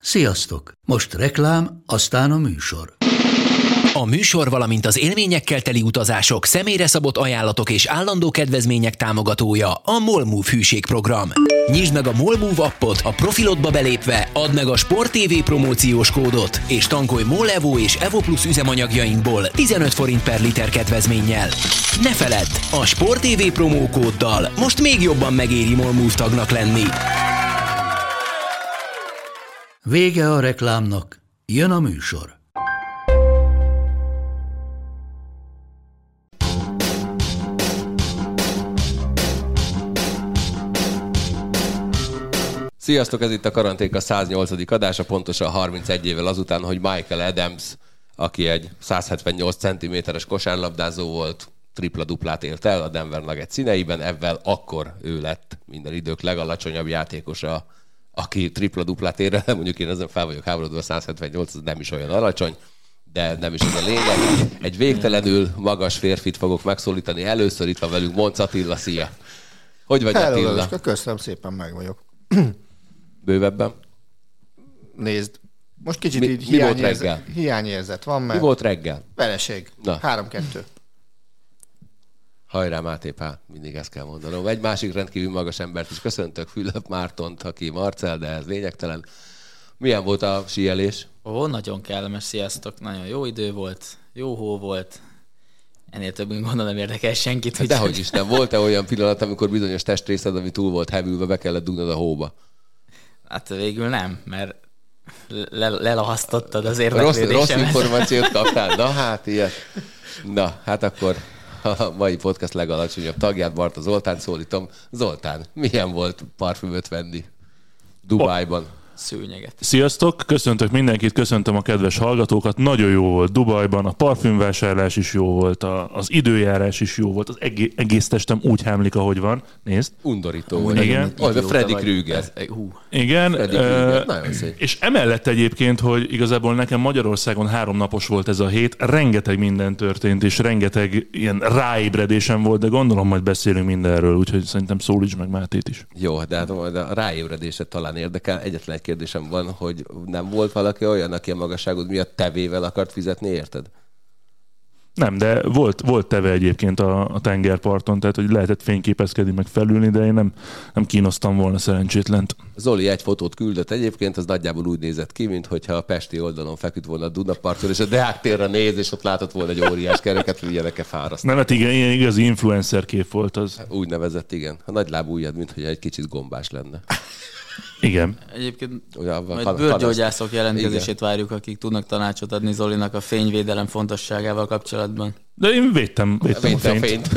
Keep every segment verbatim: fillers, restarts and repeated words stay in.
Sziasztok! Most reklám, aztán a műsor. A műsor, valamint az élményekkel teli utazások, személyre szabott ajánlatok és állandó kedvezmények támogatója a MOLMOVE hűségprogram. Nyisd meg a MOLMOVE appot, a profilodba belépve add meg a Sport té vé promóciós kódot, és tankolj MOL Evo és Evo Plus üzemanyagjainkból tizenöt forint per liter kedvezménnyel. Ne feledd, a Sport té vé promókóddal most még jobban megéri MOLMOVE tagnak lenni. Vége a reklámnak, jön a műsor. Sziasztok, ez itt a Karanténka száznyolcadik adása, pontosan harmincegy évvel azután, hogy Michael Adams, aki egy száz hetvennyolc centiméteres kosárlabdázó volt, tripla-duplát élt el a Denver Nuggets színeiben, ebben akkor ő lett minden idők legalacsonyabb játékosa, aki tripla-duplát ér el, mondjuk én ezen fel vagyok háborodva, a száz hetvennyolc az nem is olyan alacsony, de nem is az a lényeg. Egy végtelenül magas férfit fogok megszólítani. Először itt van velünk Monc Attila, szia! Hogy vagy, Hello, Attila? Laviska, köszönöm szépen, meg vagyok. Bővebben? Nézd, most kicsit mi, így mi volt reggel? hiányérzet van, mert... Mi volt reggel? Vereség. három-kettő. Hajrá, Máté Pál, mindig ezt kell mondanom. Egy másik rendkívül magas embert is köszöntök, Fülöp Mártont, aki Marcell, de ez lényegtelen. Milyen volt a síelés? Ó, nagyon kellemes, sziasztok, nagyon jó idő volt, jó hó volt. Ennél többünk gondolom nem érdekel senkit. Hogy... Dehogy is nem. Volt-e olyan pillanat, amikor bizonyos testrészed, ami túl volt hevülve, be kellett dugnod a hóba? Hát végül nem, mert le- lelahasztottad az érdeklődésemet. Rossz, rossz információt kaptál? Na hát, ilyet. Na, hát akkor a mai podcast legalacsonyabb tagját, Barta Zoltán szólítom. Zoltán, milyen volt parfümöt venni Dubájban? Szőnyeget. Sziasztok, köszöntök mindenkit, köszöntöm a kedves hallgatókat. Nagyon jó volt Dubajban, a parfümvásárlás is jó volt, a, az időjárás is jó volt, az egész, egész testem úgy hámlik, ahogy van. Nézd. Undorító volt. Igen. Oh, Freddy Krüger. Igen. Freddy Krüger. Nagyon szép. És emellett egyébként, hogy igazából nekem Magyarországon három napos volt ez a hét, rengeteg minden történt, és rengeteg ilyen ráébredésem volt, de gondolom majd beszélünk mindenről, úgyhogy szerintem szólíts meg Mátét is. Jó, de hát a ráébredéset talán érdekel. Egyetlen egy kérdésem van, hogy nem volt valaki olyan, aki a magasságod miatt tevével akart fizetni, érted? Nem, de volt, volt teve egyébként a, a tengerparton, tehát hogy lehetett fényképezkedni, meg felülni, de én nem, nem kínoztam volna szerencsétlent. Zoli egy fotót küldött egyébként, az nagyjából úgy nézett ki, mintha a pesti oldalon feküdt volna a Dunaparton, és a Deák térre néz, és ott látott volna egy óriás kereket, hogy ilyeneke fáraszt. Nem, hát igen, ilyen igazi influencer kép volt az. Úgy nevezett, igen. A nagylábú ujjad, mintha egy kicsit gombás lenne. Igen. Egyébként olyan, majd bőrgyógyászok jelentkezését igen. várjuk, akik tudnak tanácsot adni Zolinak a fényvédelem fontosságával kapcsolatban. De én védtem, védtem a fényt. A fényt.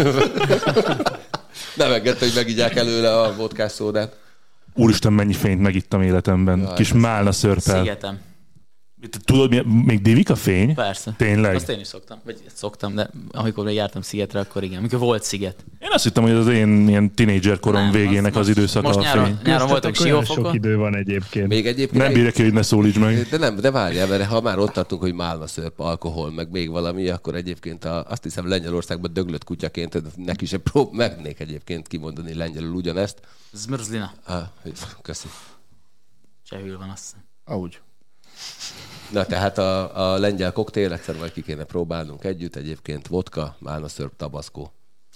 Nem engedte, hogy megígyák előle a vodkás szódát. Úristen, mennyi fényt megittam életemben. Jaj, kis málna szörpel. Szigetem. Tudod, még divik a fény? Persze. Tényleg? Azt én is szoktam. Vagy szoktam, de amikor még jártam szigetre, akkor igen. Amikor volt sziget. Én azt hittem, hogy az én ilyen tínédzser korom nem, végének az, az időszaka most a nyáron, fény. Nyáron voltunk Siófokon. Sok idő van egyébként. Még egyébként nem bírja ki, hogy ne szólíts meg. De nem, de várjál, mert ha már ott tartunk, hogy málnaszörp, alkohol, meg még valami, akkor egyébként a, azt hiszem Lengyelországban döglött kutyaként, neki sem prób, megnék egyébként kimondani lengyelül ugyanezt. Zmrzlina. Ah, köszi. Csehül van, azt hiszem. Ahogy. Na tehát a, a lengyel koktél, egyszer majd ki kéne próbálnunk együtt, egyébként vodka, málnaszörp, tabaszkó.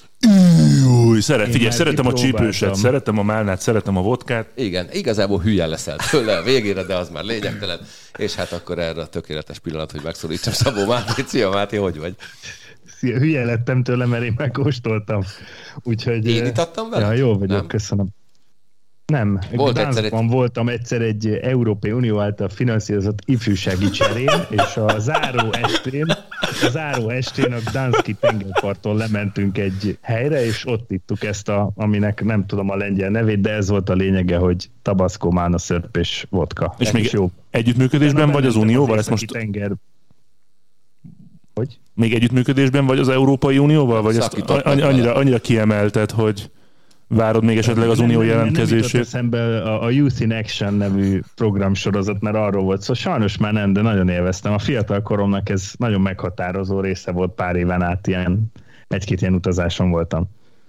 Új, szeret, figyelj, szeretem a csípőset, szeretem a málnát, szeretem a vodkát. Igen, igazából hülye leszel tőle a végére, de az már lényegtelen. És hát akkor erre a tökéletes pillanat, hogy megszólítsam Szabó Mátét. Szia Máté, hogy vagy? Szia, hülye lettem tőle, mert én megkóstoltam. Úgyhogy... Én itattam vele? Ja, jó vagyok, nem? Köszönöm. Nem, Volt egyszer egy... voltam egyszer egy Európai Unió által finanszírozott ifjúsági cserén, és a záró estén, a záró estén a Gdanszki tengerparton lementünk egy helyre, és ott ittuk ezt, a, aminek nem tudom a lengyel nevét, de ez volt a lényege, hogy tabaszkó, málnaszörp és vodka. És még jó. Együttműködésben vagy az Unióval? Az most... tenger... Hogy? Még együttműködésben vagy az Európai Unióval? Vagy ezt annyira, annyira kiemelted, hogy várod még esetleg az Unió jelentkezését? Nem jutott eszembe a, a Youth in Action nevű programsorozat, mert arról volt szó. Szóval sajnos már nem, de nagyon élveztem. A fiatal koromnak ez nagyon meghatározó része volt, pár éven át ilyen, egy-két ilyen utazáson voltam.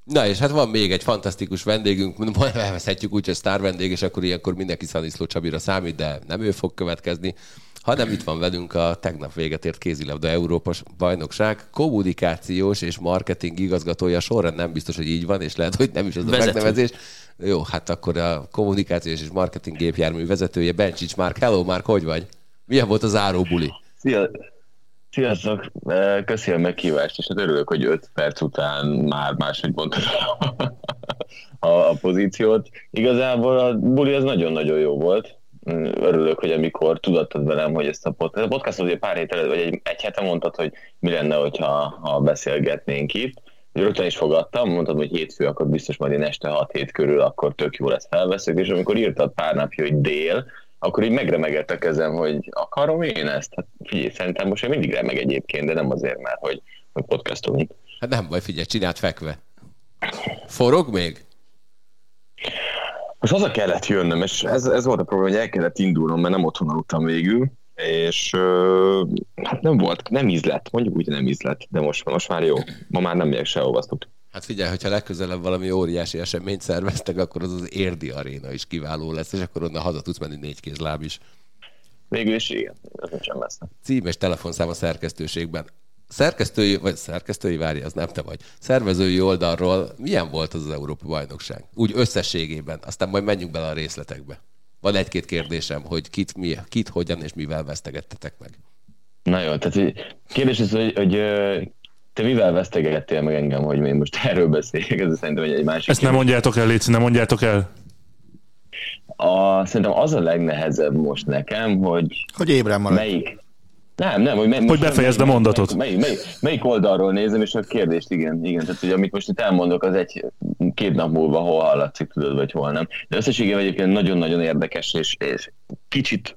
Na és hát van még egy fantasztikus vendégünk, majd elveszhetjük úgy, hogy sztár vendég, és akkor ilyenkor mindenki Szaniszló Csabira számít, de nem ő fog következni, hanem itt van velünk a tegnap véget ért kézilabda Európa bajnokság kommunikációs és marketing igazgatója, sorrend nem biztos, hogy így van, és lehet, hogy nem is az a Vezető. megnevezés. Jó, hát akkor a kommunikációs és marketing gépjármű vezetője, Bencsics Márk. Hello Márk, hogy vagy? Milyen volt a záró buli? Szia. Sziasztok! Köszi a meghívást, és hát örülök, hogy öt perc után már máshogy mondtad a, a pozíciót. Igazából a buli az nagyon-nagyon jó volt. Örülök, hogy amikor tudattad velem, hogy ezt a podcast, a podcastot ugye pár héttel, vagy egy, egy hete mondtad, hogy mi lenne, hogyha, ha beszélgetnénk itt. Rögtön is fogadtam, mondtad, hogy hétfő, akkor biztos majd én este hat hét körül, akkor tök jó lesz, felveszek, és amikor írtad pár napja, hogy dél, akkor így megremegett a kezem, hogy akarom én ezt? Hát figyelj, szerintem most én mindig remeg egyébként, de nem azért már, hogy, hogy podcastolunk. Hát nem baj, figyelj, csináld fekve. Forog még? Most haza kellett jönnöm, és ez, ez volt a probléma, hogy el kellett indulnom, mert nem otthon aludtam végül, és uh, hát nem volt, nem ízlett, mondjuk úgy, nem ízlett, de most, most már jó. Ma már nem megyek sehova, azt tudtuk. Hát figyelj, hogyha legközelebb valami óriási eseményt szerveztek, akkor az az Érdi Aréna is kiváló lesz, és akkor onnan haza tudsz menni négy kézláb is. Végül is igen, ez sem messze. Cím és telefonszám a szerkesztőségben. Szerkesztői, vagy szerkesztői, várj, az nem te vagy. Szervezői oldalról milyen volt az az Európa-bajnokság? Úgy összességében, aztán majd menjünk bele a részletekbe. Van egy-két kérdésem, hogy kit, mi, kit hogyan és mivel vesztegettetek meg. Na jó, tehát hogy kérdés az, hogy, hogy te mivel vesztegettél meg engem, hogy én most erről beszéljek, ez szerintem egy másik. Ezt nem mondjátok el, Léci, nem mondjátok el. A, szerintem az a legnehezebb most nekem, hogy... Hogy ébren maradj. Melyik... Nem, nem, hogy, mely, hogy befejezd a mondatot. Melyik, melyik, melyik oldalról nézem, és a kérdést, igen, igen. Tehát, hogy amit most itt elmondok, az egy két nap múlva hol hallatszik, tudod, vagy hol nem. De összességében egyébként nagyon-nagyon érdekes, és, és kicsit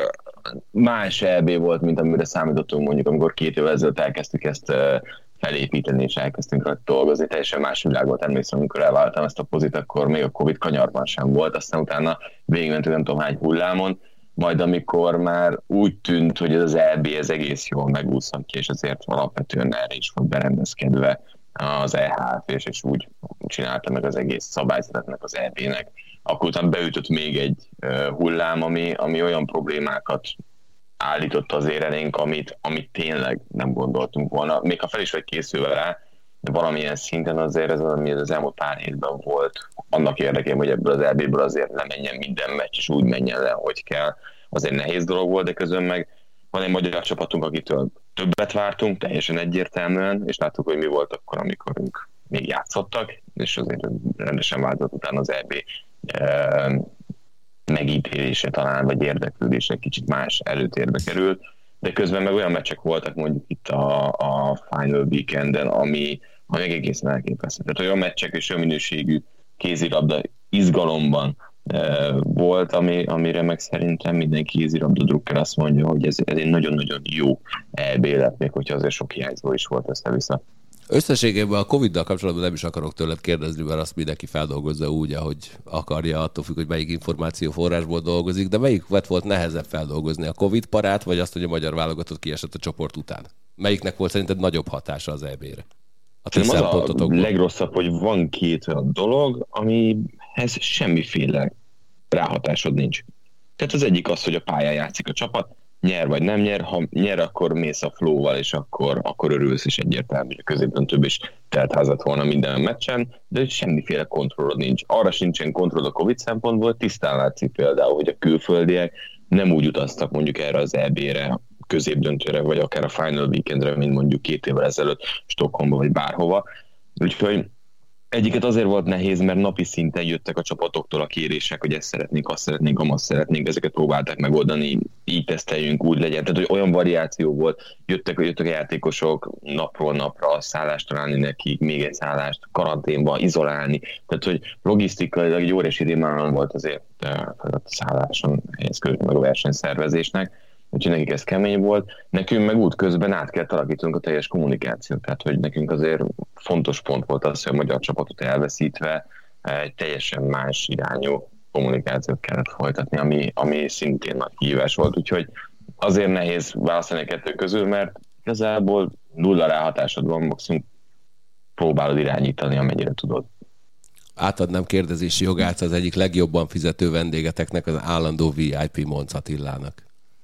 más é bé volt, mint amire számítottunk mondjuk, amikor két évvel ezelőtt elkezdtük ezt felépíteni, és elkezdtünk rajta dolgozni. Teljesen más világ volt, emlékszem, amikor elváltam ezt a pozit, akkor még a Covid kanyarban sem volt, aztán utána végigmentünk nem tudom hány hullámon, majd amikor már úgy tűnt, hogy ez az é bé ez egész jól megúszhatja, és azért alapvetően erre is volt berendezkedve az é há ef, és, és úgy csinálta meg az egész szabályzatnak az é bének. Akkor utána beütött még egy hullám, ami, ami olyan problémákat állított azért elénk, amit, amit tényleg nem gondoltunk volna. Még ha fel is vagy készülve rá, de valamilyen szinten azért ez az, ami az elmúlt pár hétben volt, annak érdekében, hogy ebből az é béből azért lemenjen minden meccs, és úgy menjen le, hogy kell. Az egy nehéz dolog volt, de közben meg van egy magyar csapatunk, akitől többet vártunk, teljesen egyértelműen, és láttuk, hogy mi volt akkor, amikor ők még játszottak, és azért rendesen változott utána az é bé e, megítélése talán, vagy érdeklődése kicsit más előtérbe került, de közben meg olyan meccsek voltak mondjuk itt a, a Final Weekenden, ami, ami egészen elképesztő. Tehát olyan meccsek és olyan minőségű kézilabda izgalomban e, volt, ami, amire meg szerintem minden kézilabda drukker azt mondja, hogy ez, ez egy nagyon-nagyon jó é bé lett, még hogyha azért sok hiányzó is volt össze-vissza. Összességében a Covid-dal kapcsolatban nem is akarok tőled kérdezni, mert azt mindenki feldolgozza úgy, ahogy akarja, attól függ, hogy melyik információforrásból dolgozik, de melyik volt nehezebb feldolgozni, a Covid parát, vagy azt, hogy a magyar válogatott kiesett a csoport után? Melyiknek volt szerinted nagyobb hatása az é bére? A ti szempontotokból. A legrosszabb, hogy van két olyan dolog, amihez semmiféle ráhatásod nincs. Tehát az egyik az, hogy a pályán játszik a csapat, nyer vagy nem nyer, ha nyer, akkor mész a flow-val, és akkor, akkor örülsz, és egyértelmű, hogy a középdöntőbb is teltházat volna minden meccsen, de semmiféle kontrollod nincs. Arra sincsen kontroll a Covid szempontból, tisztán látszik például, hogy a külföldiek nem úgy utaztak mondjuk erre az é bére, középdöntőre, vagy akár a Final Weekendre, mint mondjuk két évvel ezelőtt Stockholmba, vagy bárhova. Úgyhogy egyiket azért volt nehéz, mert napi szinten jöttek a csapatoktól a kérések, hogy ezt szeretnénk, azt szeretnénk, amazt szeretnénk, ezeket próbálták megoldani, így teszteljünk, úgy legyen. Tehát, hogy olyan variáció volt, jöttek, jöttek a játékosok napról napra, szállást találni nekik, még egy szállást, karanténba, izolálni. Tehát, hogy logisztikailag egy óriási rémálom volt azért a szálláson helyezkedni meg a versenyszervezésnek. Úgyhogy nekik ez kemény volt. Nekünk meg útközben át kell alakítanunk a teljes kommunikációt. Tehát, hogy nekünk azért fontos pont volt az, hogy a magyar csapatot elveszítve egy teljesen más irányú kommunikációt kellett folytatni, ami, ami szintén nagy kihívás volt. Úgyhogy azért nehéz választani a kettő közül, mert igazából nulla ráhatásod van, maximum próbálod irányítani, amennyire tudod. Átadnám kérdezési jogát az egyik legjobban fizető vendégeteknek, az állandó vé i pé Monc Attilának.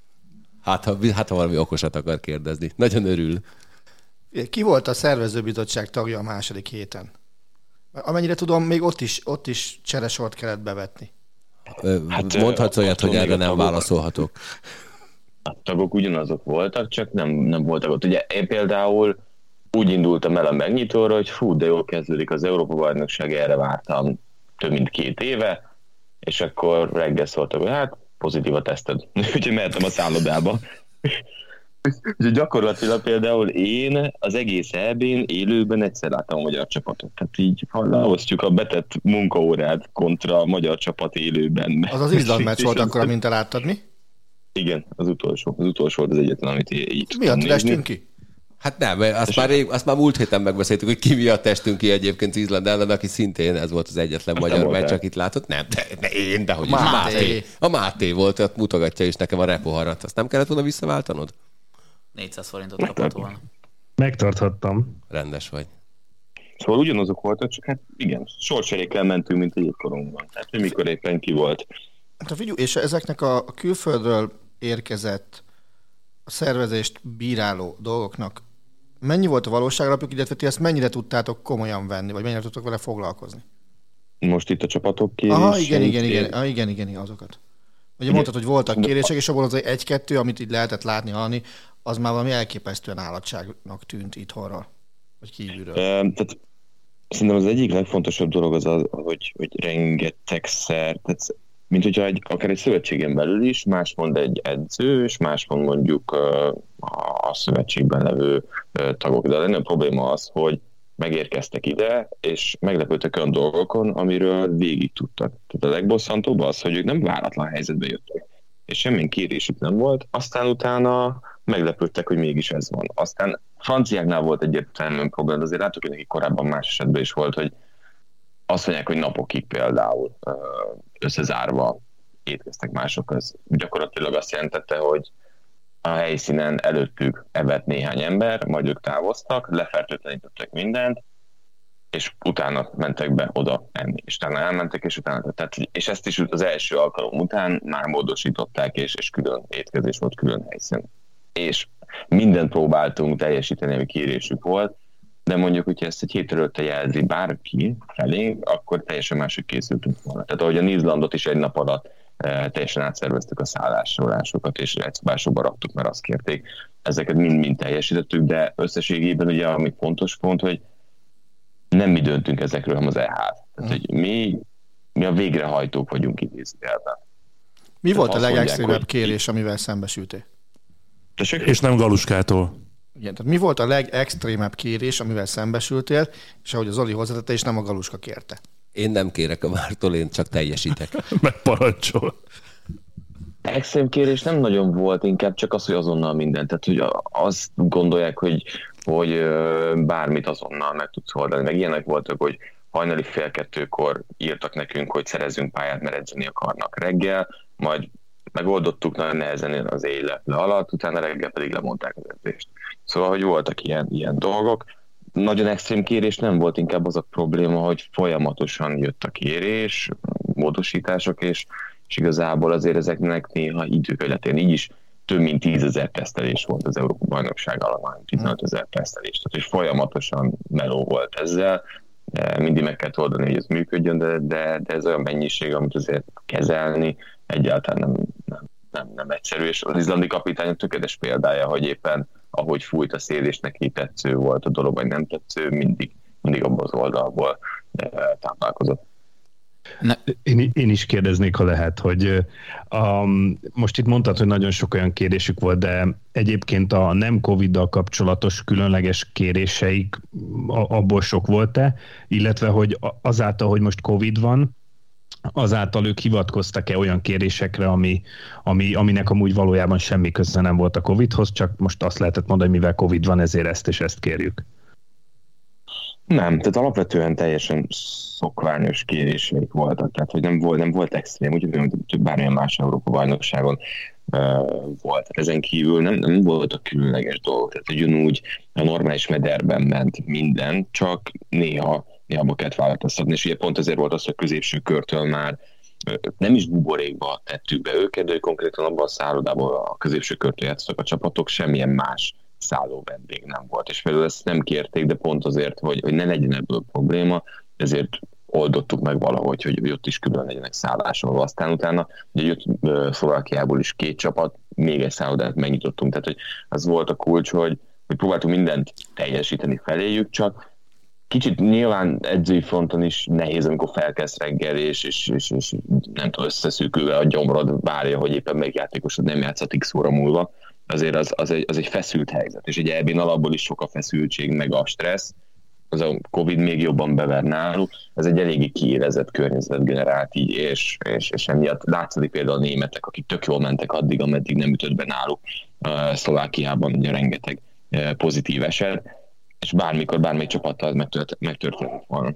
Hát ha, hát, ha valami okosat akar kérdezni. Nagyon örül. Ki volt a szervezőbizottság tagja a második héten? Amennyire tudom, még ott is, ott is cseresort kellett bevetni. Hát, mondhatsz olyat, hogy erre nem válaszolhatok. A tagok ugyanazok voltak, csak nem, nem voltak ott. Ugye én például úgy indultam el a megnyitóra, hogy fú, de jól kezdődik az Európa-bajnokság, erre vártam több mint két éve, és akkor reggel szóltak, hogy hát pozitív a teszted. Úgyhogy mehettem a szállodába. Úgyhogy gyakorlatilag például én az egész é bén élőben egyszer láttam a magyar csapatot. Tehát így, ha leosztjuk a betett munkaórát kontra a magyar csapat élőben. Az az Izland meccs volt akkor, amint te láttad, mi? Igen, az utolsó. Az utolsó volt az egyetlen, amit így tudtam miatt testünk ki? Hát nem, azt már, rég, azt már múlt héten megbeszéltük, hogy ki miatt testünk ki egyébként Izland ellen, aki szintén ez volt az egyetlen azt magyar meccs, akit látott. Nem, de, de én, de hogy is. Máté. Máté. A Máté volt, ott mutogatja is nekem a repoharat. Azt nem kellett volna visszaváltanod? négyszáz forintot kapott volna. Megtarthattam. Rendes vagy. Szóval ugyanazok voltak, csak hát igen, sorcserékkel mentünk, mint egy korunkban. Tehát, hogy mikor éppen ki volt. Hát a figyelj, és ezeknek a, a külföldről érkezett a szervezést bíráló dolgoknak mennyi volt a valóságalapjuk, illetve ti ezt mennyire tudtátok komolyan venni, vagy mennyire tudtok vele foglalkozni? Most itt a csapatok kérései. Aha, igen, igen, igen, ah, igen, igen, igen, azokat. Ugye mondtad, hogy voltak kérések, és abból az egy-kettő, amit így lehetett látni, hallani, az már valami elképesztően állatságnak tűnt itthonról, vagy kívülről. E, tehát szerintem az egyik legfontosabb dolog az, az hogy, hogy rengetegszer, tehát mint hogyha egy, akár egy szövetségen belül is, más mond egy edző, és más mond mondjuk a szövetségben levő tagok. De a legnagyobb probléma az, hogy megérkeztek ide, és meglepődtek olyan dolgokon, amiről végig tudtak. Tehát a legbosszantóbb az, hogy ők nem váratlan helyzetbe jöttek, és semmilyen kérésük nem volt, aztán utána meglepődtek, hogy mégis ez van. Aztán franciáknál volt egyértelműen probléma, azért látok, hogy neki korábban más esetben is volt, hogy azt mondják, hogy napokig például összezárva étkeztek mások. Ez gyakorlatilag azt jelentette, hogy a helyszínen előttük evett néhány ember, majd ők távoztak, lefertőtlenítettek mindent, és utána mentek be oda enni. És utána elmentek, és utána... Tehát, és ezt is az első alkalom után már módosították, és, és külön étkezés volt, külön helyszín. És mindent próbáltunk teljesíteni, ami kérésük volt, de mondjuk, hogyha ezt egy hét előtte jelzi bárki felé, akkor teljesen máshogy készültünk volna. Tehát ahogy a Izlandot is egy nap alatt e, teljesen átszerveztük a szállásolásokat, és egyszobásokba raktuk, mert azt kérték. Ezeket mind-mind teljesítettük, de összességében ugye, ami fontos pont, hogy nem mi döntünk ezekről, hanem az é há. Tehát, hogy mi, mi a végrehajtók vagyunk idézőjelben. Mi volt a legextrémebb kérés, amivel szembesültél? Tessék? És nem Galuskától. Igen, tehát mi volt a legextrémebb kérés, amivel szembesültél, és ahogy az Zoli hozzátette, és nem a Galuska kérte? Én nem kérek a Mártól, én csak teljesítek. Megparancsol. Extrém kérés nem nagyon volt, inkább csak az, hogy azonnal mindent. Tehát, hogy azt gondolják, hogy, hogy bármit azonnal meg tudsz oldani. Meg ilyenek voltak, hogy hajnali fél kettőkor írtak nekünk, hogy szerezzünk pályát, mert edzeni akarnak reggel, majd megoldottuk nagyon nehezen az éjleple alatt, utána reggel pedig lemondták az edzést. Szóval, hogy voltak ilyen, ilyen dolgok. Nagyon extrém kérés nem volt, inkább az a probléma, hogy folyamatosan jött a kérés, módosítások, és, és igazából azért ezeknek néha időkövetően így is több mint tízezer tesztelés volt az Európa-bajnokság alatt, tizenötezer tesztelés. Tehát, hogy folyamatosan meló volt ezzel, mindig meg kell oldani, hogy ez működjön, de, de, de ez olyan mennyiség, amit azért kezelni egyáltalán nem, nem, nem, nem egyszerű, és az izlandi kapitány tökéletes példája, hogy éppen ahogy fújt a szél, és neki tetsző volt a dolog, vagy nem tetsző, mindig, mindig abban az oldalból táplálkozott. Én, én is kérdeznék, ha lehet, hogy um, most itt mondtad, hogy nagyon sok olyan kérdésük volt, de egyébként a nem Covid-dal kapcsolatos különleges kéréseik, abból sok volt-e, illetve hogy azáltal, hogy most Covid van, azáltal ők hivatkoztak-e olyan kérésekre, ami, ami, aminek amúgy valójában semmi köze nem volt a Covidhoz, csak most azt lehetett mondani, hogy mivel Covid van, ezért ezt és ezt kérjük. Nem, tehát alapvetően teljesen szokványos kéréseik voltak, tehát hogy nem volt, nem volt extrém, úgyhogy mint bármilyen más Európa-bajnokságon uh, volt. Ezen kívül nem, nem voltak különleges dolgok, tehát ugyanúgy a normális mederben ment minden, csak néha, néha kellett változtatni, és ugye pont ezért volt az, hogy a középső körtől már nem is buborékba tettük be őket, de konkrétan abban a szállodában a középső körtől játszottak a csapatok, semmilyen más szálló vendég nem volt. És például ezt nem kérték, de pont azért, hogy, hogy ne legyen ebből probléma, ezért oldottuk meg valahogy, hogy ott is külön legyenek szállások. Aztán utána ugye jött Szlovákiából is két csapat, még egy szállodát megnyitottunk, tehát hogy az volt a kulcs, hogy, hogy próbáltunk mindent teljesíteni feléjük, csak kicsit nyilván edzői fronton is nehéz, amikor felkezd reggel, és, és, és, és nem tudom, összeszűkülve a gyomrod várja, hogy éppen melyik játékosod nem játszott x óra múlva. Azért az, az, egy, az egy feszült helyzet, és ugye ebben alapból is sok a feszültség, meg a stressz, az a Covid még jobban bever náluk, ez egy eléggé kiélezett környezet generált így, és, és, és emiatt látszik például a németek, akik tök jól mentek addig, ameddig nem ütött be náluk uh, Szlovákiában, ugye rengeteg uh, pozitív eset, és bármikor, bármely csapattal megtört, megtörtént volna.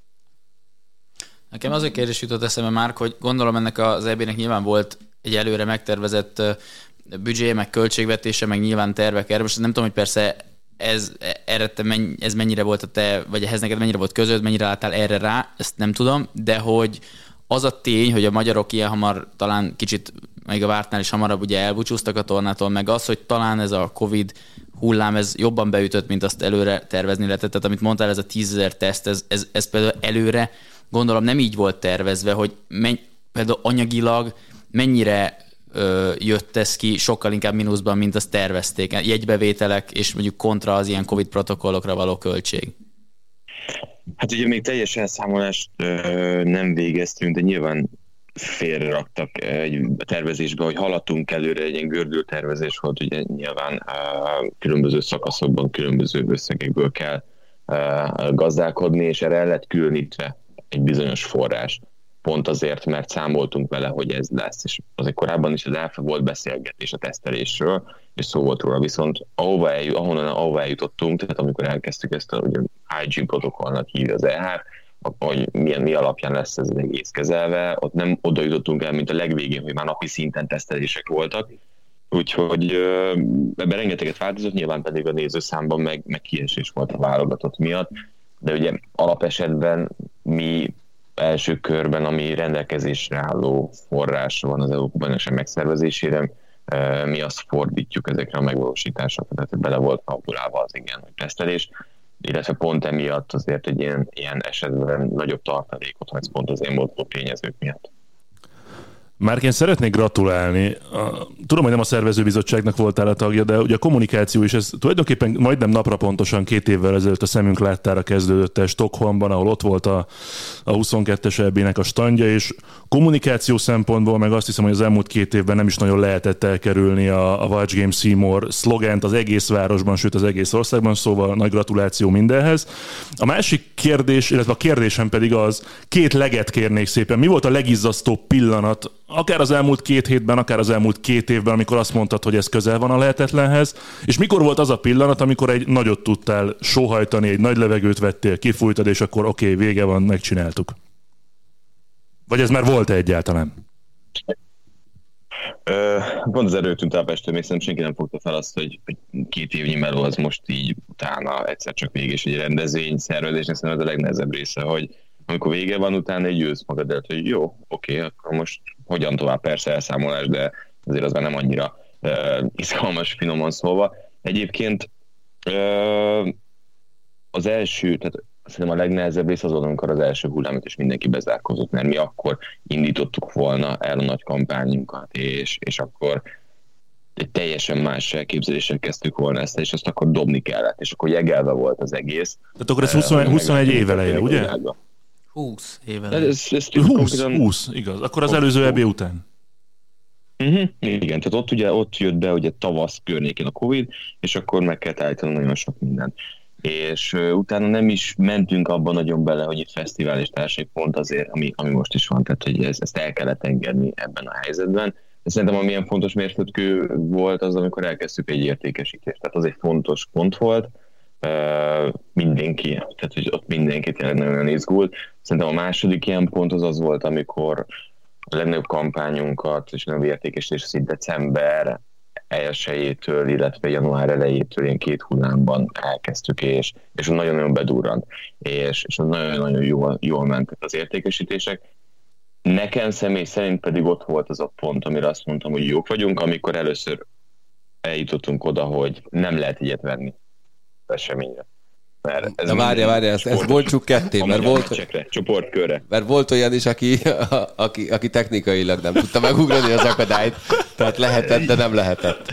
Nekem az a kérdés jutott eszembe már, hogy gondolom ennek az é bé-nek nyilván volt egy előre megtervezett büdzséje, meg költségvetése, meg nyilván tervek erre. Most nem tudom, hogy persze ez, erre te menny, ez mennyire volt a te, vagy ehhez neked mennyire volt közöd, mennyire láttál erre rá, ezt nem tudom, de hogy az a tény, hogy a magyarok ilyen hamar, talán kicsit még a vártnál is hamarabb ugye elbúcsúztak a tornától, meg az, hogy talán ez a Covid hullám, ez jobban beütött, mint azt előre tervezni lehetett. Tehát amit mondtál, ez a tízezer teszt, ez, ez, ez például előre gondolom nem így volt tervezve, hogy menny, például anyagilag mennyire ö, jött ez ki, sokkal inkább mínuszban, mint azt tervezték. Jegybevételek és mondjuk kontra az ilyen Covid protokollokra való költség. Hát ugye még teljes elszámolást ö, nem végeztünk, de nyilván félreraktak egy tervezésbe, hogy haladtunk előre, egy ilyen gördült tervezés volt, ugye nyilván uh, különböző szakaszokban, különböző összegekből kell uh, gazdálkodni, és erre el lett különítve egy bizonyos forrás. Pont azért, mert számoltunk vele, hogy ez lesz. És azért korábban is az elfe volt beszélgetés a tesztelésről, és szó volt róla, viszont ahova eljut, ahonnan ahova eljutottunk, tehát amikor elkezdtük ezt a ugye, I G protokollnak hívja az E H, hogy milyen, mi alapján lesz ez az egész kezelve, ott nem oda jutottunk el, mint a legvégén, hogy már napi szinten tesztelések voltak, úgyhogy ebben rengeteget változott, nyilván pedig a nézőszámban meg, meg kiesés volt a válogatott miatt, de ugye alapesetben mi első körben, ami rendelkezésre álló forrás van az Európa-bajnokság megszervezésére, mi azt fordítjuk ezekre a megvalósításokra, tehát bele volt kalkulálva az igen, hogy tesztelés, illetve pont emiatt azért egy ilyen, ilyen esetben nagyobb tartalékot hagysz pont az én volt tényezők miatt. Márk, én szeretnék gratulálni. Tudom, hogy nem a szervezőbizottságnak voltál a tagja, de ugye a kommunikáció is, ez tulajdonképpen majdnem napra pontosan két évvel ezelőtt a szemünk láttára kezdődött el Stockholmban, ahol ott volt a, a huszonkettes é bé-nek a standja, és kommunikáció szempontból meg azt hiszem, hogy az elmúlt két évben nem is nagyon lehetett elkerülni a, a Watch Game Seymour szlogent az egész városban, sőt az egész országban, szóval nagy gratuláció mindenhez. A másik kérdés, illetve a kérdésem pedig az, két leget kérnék szépen. Mi volt a legizzasztóbb pillanat, akár az elmúlt két hétben, akár az elmúlt két évben, amikor azt mondtad, hogy ez közel van a lehetetlenhez, és mikor volt az a pillanat, amikor egy nagyot tudtál sóhajtani, egy nagy levegőt vettél, kifújtad, és akkor oké, okay, vége van, megcsináltuk. Vagy ez már volt-e egyáltalán? Pont az erőt tűnt Ápestől, még szerintem senki nem fogta fel azt, hogy, hogy két évnyi meló az most így utána egyszer csak vége, és egy rendezvény szervezésnek szerintem ez a legnehezebb része, hogy amikor vége van, utána egy győz magad előtt, hogy jó, oké, okay, akkor most hogyan tovább, persze elszámolás, de azért az már nem annyira uh, izgalmas, finoman szólva. Egyébként uh, az első, tehát szerintem a legnehezebb rész az volt, amikor az első hullámot és mindenki bezárkozott, mert mi akkor indítottuk volna el a nagy kampányunkat, és, és akkor egy teljesen más elképzeléssel kezdtük volna ezt, és azt akkor dobni kellett, és akkor jegelve volt az egész. Tehát akkor ez huszonegy, huszonegy év eleje, ugye? húsz éve. Ez, ez húsz, húsz, igaz. Akkor az előző é bé után. Uh-huh. Igen, tehát ott ugye ott jött be ugye tavasz környékén a Covid, és akkor meg kellett állítani nagyon sok mindent. És uh, utána nem is mentünk abban nagyon bele, hogy itt fesztivál és társai pont azért, ami, ami most is van, tehát hogy ez, ezt el kellett engedni ebben a helyzetben. De szerintem amilyen fontos mérföldkő volt az, amikor elkezdtük egy értékesítést. Tehát az egy fontos pont volt, mindenki, tehát hogy ott mindenki tényleg nagyon izgult. Szerintem a második ilyen pont az az volt, amikor a legnagyobb kampányunkat és a értékesítés szint december elsejétől, illetve január elejétől ilyen két hullámban elkezdtük, és, és nagyon-nagyon bedurrant, és, és nagyon-nagyon jól, jól mentek az értékesítések. Nekem személy szerint pedig ott volt az a pont, amire azt mondtam, hogy jók vagyunk, amikor először eljutottunk oda, hogy nem lehet ilyet venni eseményre. Mert ez Na várja, várja, ezt, ezt bontsuk ketté, mert volt, csoportkörre. mert volt olyan is, aki, aki, aki technikailag nem tudta megugrani az akadályt, tehát lehetett, de nem lehetett.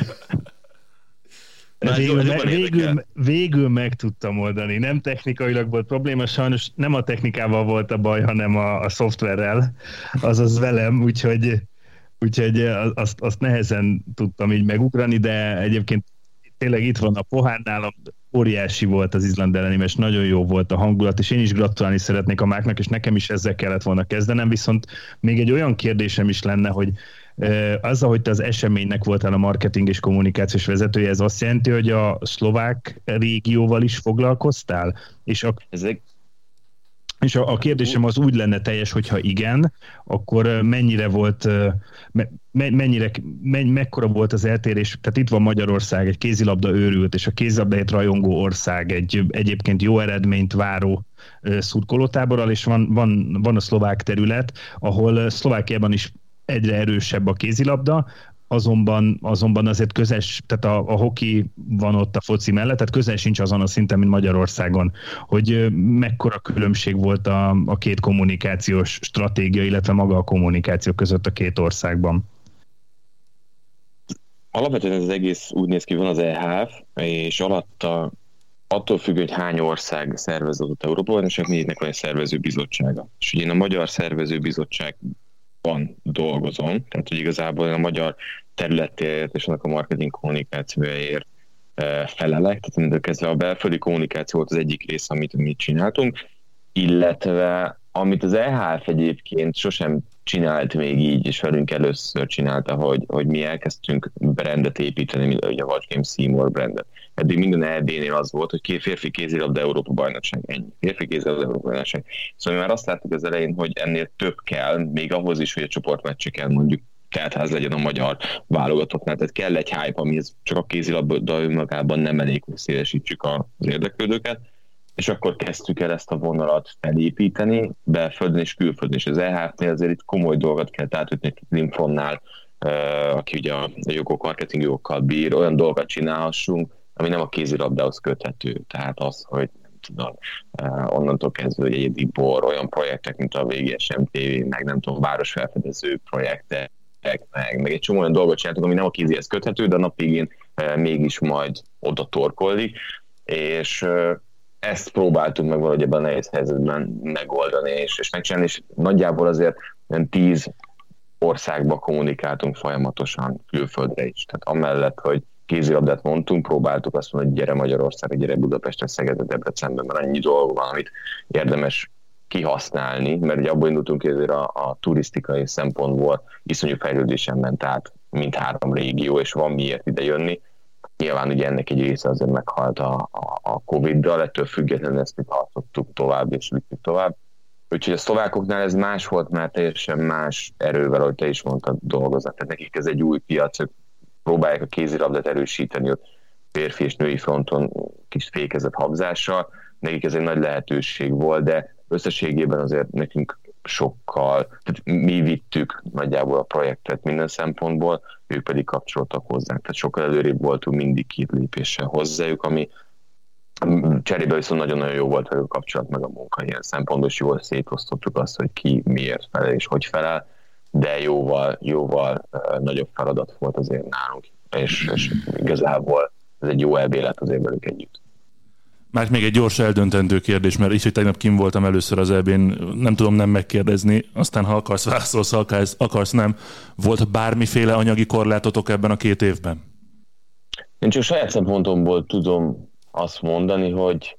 Végül, me, végül, végül meg tudtam oldani. Nem technikailag volt probléma, sajnos nem a technikával volt a baj, hanem a, a szoftverrel, azaz velem, úgyhogy, úgyhogy azt, azt nehezen tudtam így megugrani, de egyébként tényleg itt van a pohár nálam, óriási volt az Izland elleni, és nagyon jó volt a hangulat, és én is gratulálni szeretnék a Máknak, és nekem is ezzel kellett volna kezdenem, viszont még egy olyan kérdésem is lenne, hogy azzal, hogy te az eseménynek voltál a marketing és kommunikációs vezetője, ez azt jelenti, hogy a szlovák régióval is foglalkoztál? És a, Ezek... és a, a kérdésem az úgy lenne teljes, hogyha igen, akkor mennyire volt, mennyire, menny, mekkora volt az eltérés? Tehát itt van Magyarország, egy kézilabda őrült, és a kézilabdáért rajongó ország, egy egyébként jó eredményt váró szurkolótáborral, és van, van, van a szlovák terület, ahol Szlovákiában is egyre erősebb a kézilabda, azonban, azonban azért közel, tehát a, a hoki van ott a foci mellett, tehát közel sincs azon a szinten, mint Magyarországon. Hogy mekkora különbség volt a, a két kommunikációs stratégia, illetve maga a kommunikáció között a két országban? Alapvetően ez az egész úgy néz ki, van az E H F, és alatta attól függ, hogy hány ország szerveződött Európa-bajnokság, mindegyiknek van egy szervezőbizottsága. És ugye én a Magyar Szervezőbizottságban dolgozom, tehát hogy igazából a magyar területért és annak a marketing kommunikációjáért felelek, tehát mindentől kezdve a belföldi kommunikáció volt az egyik része, amit mi csináltunk, illetve amit az E H F egyébként sosem csinált még így, és velünk először csinálta, hogy, hogy mi elkezdtünk brandet építeni, mint ugye a Watch Game Seymour brandet. Eddig minden E B nél az volt, hogy két férfi kézilabda Európa bajnokság, ennyi. Férfi kézilabda Európa bajnokság. Szóval mi már azt láttuk az elején, hogy ennél több kell, még ahhoz is, hogy a csoportmeccseken mondjuk teltház legyen a magyar válogatottnál, tehát kell egy hype, ami csak a kézilabda önmagában nem elég, hogy szélesítsük az érdeklődőket, és akkor kezdtük el ezt a vonalat felépíteni, belföldön és külföldön, és az E H F-nél azért itt komoly dolgot kell átütni, Limfonnál, aki ugye a jogok, marketing jogokkal bír, olyan dolgokat csinálhassunk, ami nem a kézilabdához köthető. Tehát az, hogy nem tudom, onnantól kezdve, hogy egyedi bor, olyan projektek, mint a V G S M T V, meg nem tudom, városfelfedező projektek, meg, meg egy csomó olyan dolgot csináltunk, ami nem a kézihez köthető, de a nap végén mégis majd oda torkollik, és ezt próbáltuk meg valahogy ebben a nehéz helyzetben megoldani és, és megcsinálni, és nagyjából azért olyan tíz országba kommunikáltunk folyamatosan külföldre is. Tehát amellett, hogy kézilabdát mondtunk, próbáltuk azt mondani, hogy gyere Magyarországra, gyere Budapestre, Szegedre, Debrecenbe, mert annyi dolog van, amit érdemes kihasználni, mert ugye abból indultunk, hogy a, a turisztikai szempontból iszonyú fejlődésen ment át mindhárom régió, és van miért ide jönni. Nyilván ugye ennek egy része azért meghalt a, a, a Covid-dal, ettől függetlenül ezt mi tartottuk tovább, és vittük tovább. Úgyhogy a szlovákoknál ez más volt, mert teljesen más erővel, ahogy te is mondtad, dolgoznak. Tehát nekik ez egy új piac, ők próbálják a kézilabdát erősíteni ott férfi és női fronton kis fékezett habzással. Nekik ez egy nagy lehetőség volt, de összességében azért nekünk sokkal, tehát mi vittük nagyjából a projektet minden szempontból, ők pedig kapcsoltak hozzánk, tehát sokkal előrébb voltunk mindig két lépéssel hozzájuk, ami cserébe viszont nagyon-nagyon jó volt a kapcsolat meg a munka ilyen szempontból, és jól szétosztottuk azt, hogy ki miért felel és hogy felel, de jóval, jóval uh, nagyobb feladat volt azért nálunk, és, és igazából ez egy jó elbélet azért velük együtt. Már még egy gyors eldöntendő kérdés, mert így, hogy tegnap kim voltam először az é bén, nem tudom nem megkérdezni, aztán ha akarsz válaszolsz, ha akarsz nem. Volt bármiféle anyagi korlátotok ebben a két évben? Én csak saját szempontomból tudom azt mondani, hogy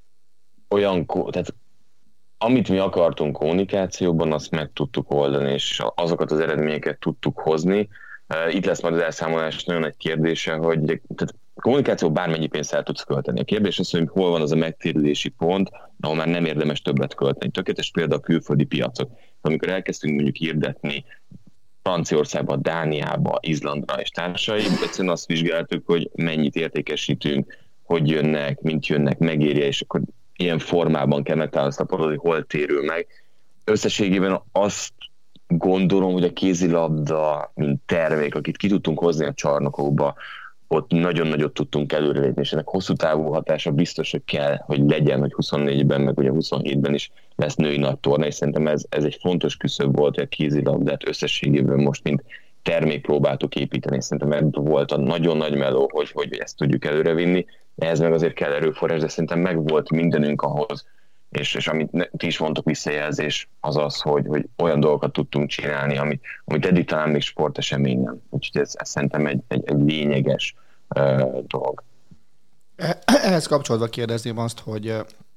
olyan, tehát amit mi akartunk kommunikációban, azt meg tudtuk oldani, és azokat az eredményeket tudtuk hozni. Itt lesz majd az elszámolás nagyon egy kérdése, hogy tehát kommunikáció bármennyi pénzt el tudsz költeni. A kérdés az, hogy hol van az a megtérülési pont, ahol már nem érdemes többet költeni. Tökéletes példa a külföldi piacok. Amikor elkezdtünk mondjuk hirdetni Franciaországba, Dániába, Izlandra és társai, egyszerűen azt vizsgáltuk, hogy mennyit értékesítünk, hogy jönnek, mint jönnek, megérje, és akkor ilyen formában kell megtalálni azt a hogy hol térül meg. Összességében azt gondolom, hogy a kézilabda, mint termék, akit ki tudtunk hozni a csarnokokba, ott nagyon nagyot tudtunk előrelépni, és ennek hosszú távú hatása biztos, hogy kell, hogy legyen, hogy huszonnégyben, meg ugye huszonhétben is lesz női nagy torna, és szerintem ez, ez egy fontos küszöb volt, hogy a kézilabdát összességében most, mint termék próbáltuk építeni, és szerintem ebben volt a nagyon nagy meló, hogy, hogy ezt tudjuk előrevinni, ehhez meg azért kell erőforrás, de szerintem meg volt mindenünk ahhoz, és, és amit ti is mondtok, visszajelzés az az, hogy, hogy olyan dolgokat tudtunk csinálni, amit, amit eddig talán még sportesemény nem. Úgyhogy ez, ez szerintem egy, egy, egy lényeges uh, dolog. Ehhez kapcsolódva kérdezném azt, hogy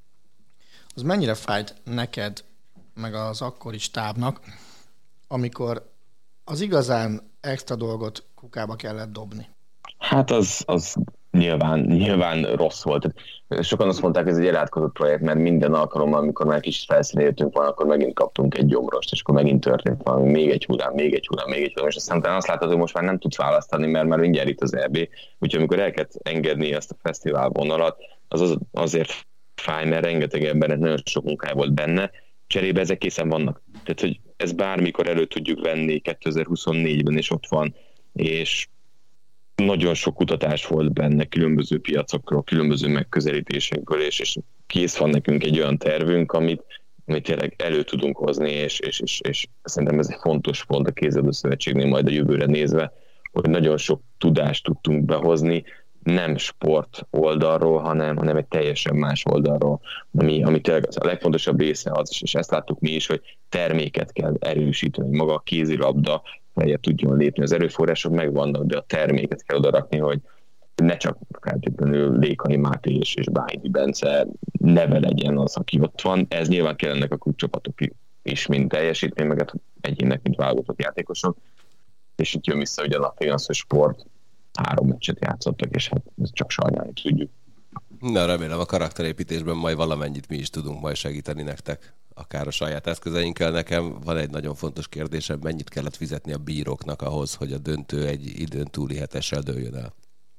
az mennyire fájt neked, meg az akkori stábnak, amikor az igazán extra dolgot kukába kellett dobni? Hát az, az nyilván, nyilván rossz volt. Sokan azt mondták, hogy ez egy elátkozott projekt, mert minden alkalommal, amikor már kis felszínre jöttünk volna, akkor megint kaptunk egy gyomrost, és akkor megint történt valami, még egy hullám, még egy hullám, még egy hullám, és aztán azt látod, hogy most már nem tudsz választani, mert már mindjárt itt az é bé, úgyhogy amikor el kell engedni ezt a fesztivál vonalat, az, az azért fáj, mert rengeteg embernek nagyon sok munkája volt benne, cserébe ezek készen vannak. Tehát, hogy ez bármikor elő tudjuk venni kétezer-huszonnégyben, és ott van, és nagyon sok kutatás volt benne különböző piacokról, különböző megközelítésekből, és, és kész van nekünk egy olyan tervünk, amit, amit tényleg elő tudunk hozni, és, és, és, és szerintem ez egy fontos pont a Kézilabda Szövetségnél majd a jövőre nézve, hogy nagyon sok tudást tudtunk behozni, nem sport oldalról, hanem, hanem egy teljesen más oldalról, ami, ami tényleg az a legfontosabb része az, és ezt láttuk mi is, hogy terméket kell erősíteni, maga a kézilabda feljebb tudjon lépni. Az erőforrások megvannak, de a terméket kell odarakni, hogy ne csak feltétlenül Lékai Máté és, és Bájdi Bence neve legyen az, aki ott van. Ez nyilván kell ennek a klubcsapatok is, mint teljesítmény, meg hát egyének, mint válogatott játékosok. És itt jön vissza ugye a napig az, hogy sport három meccset játszottak, és hát ez csak sajnálni tudjuk. Na, remélem a karakterépítésben majd valamennyit mi is tudunk majd segíteni nektek, akár a saját eszközeinkkel. Nekem van egy nagyon fontos kérdésem, mennyit kellett fizetni a bíróknak ahhoz, hogy a döntő egy időn túli hetessel dőljön el?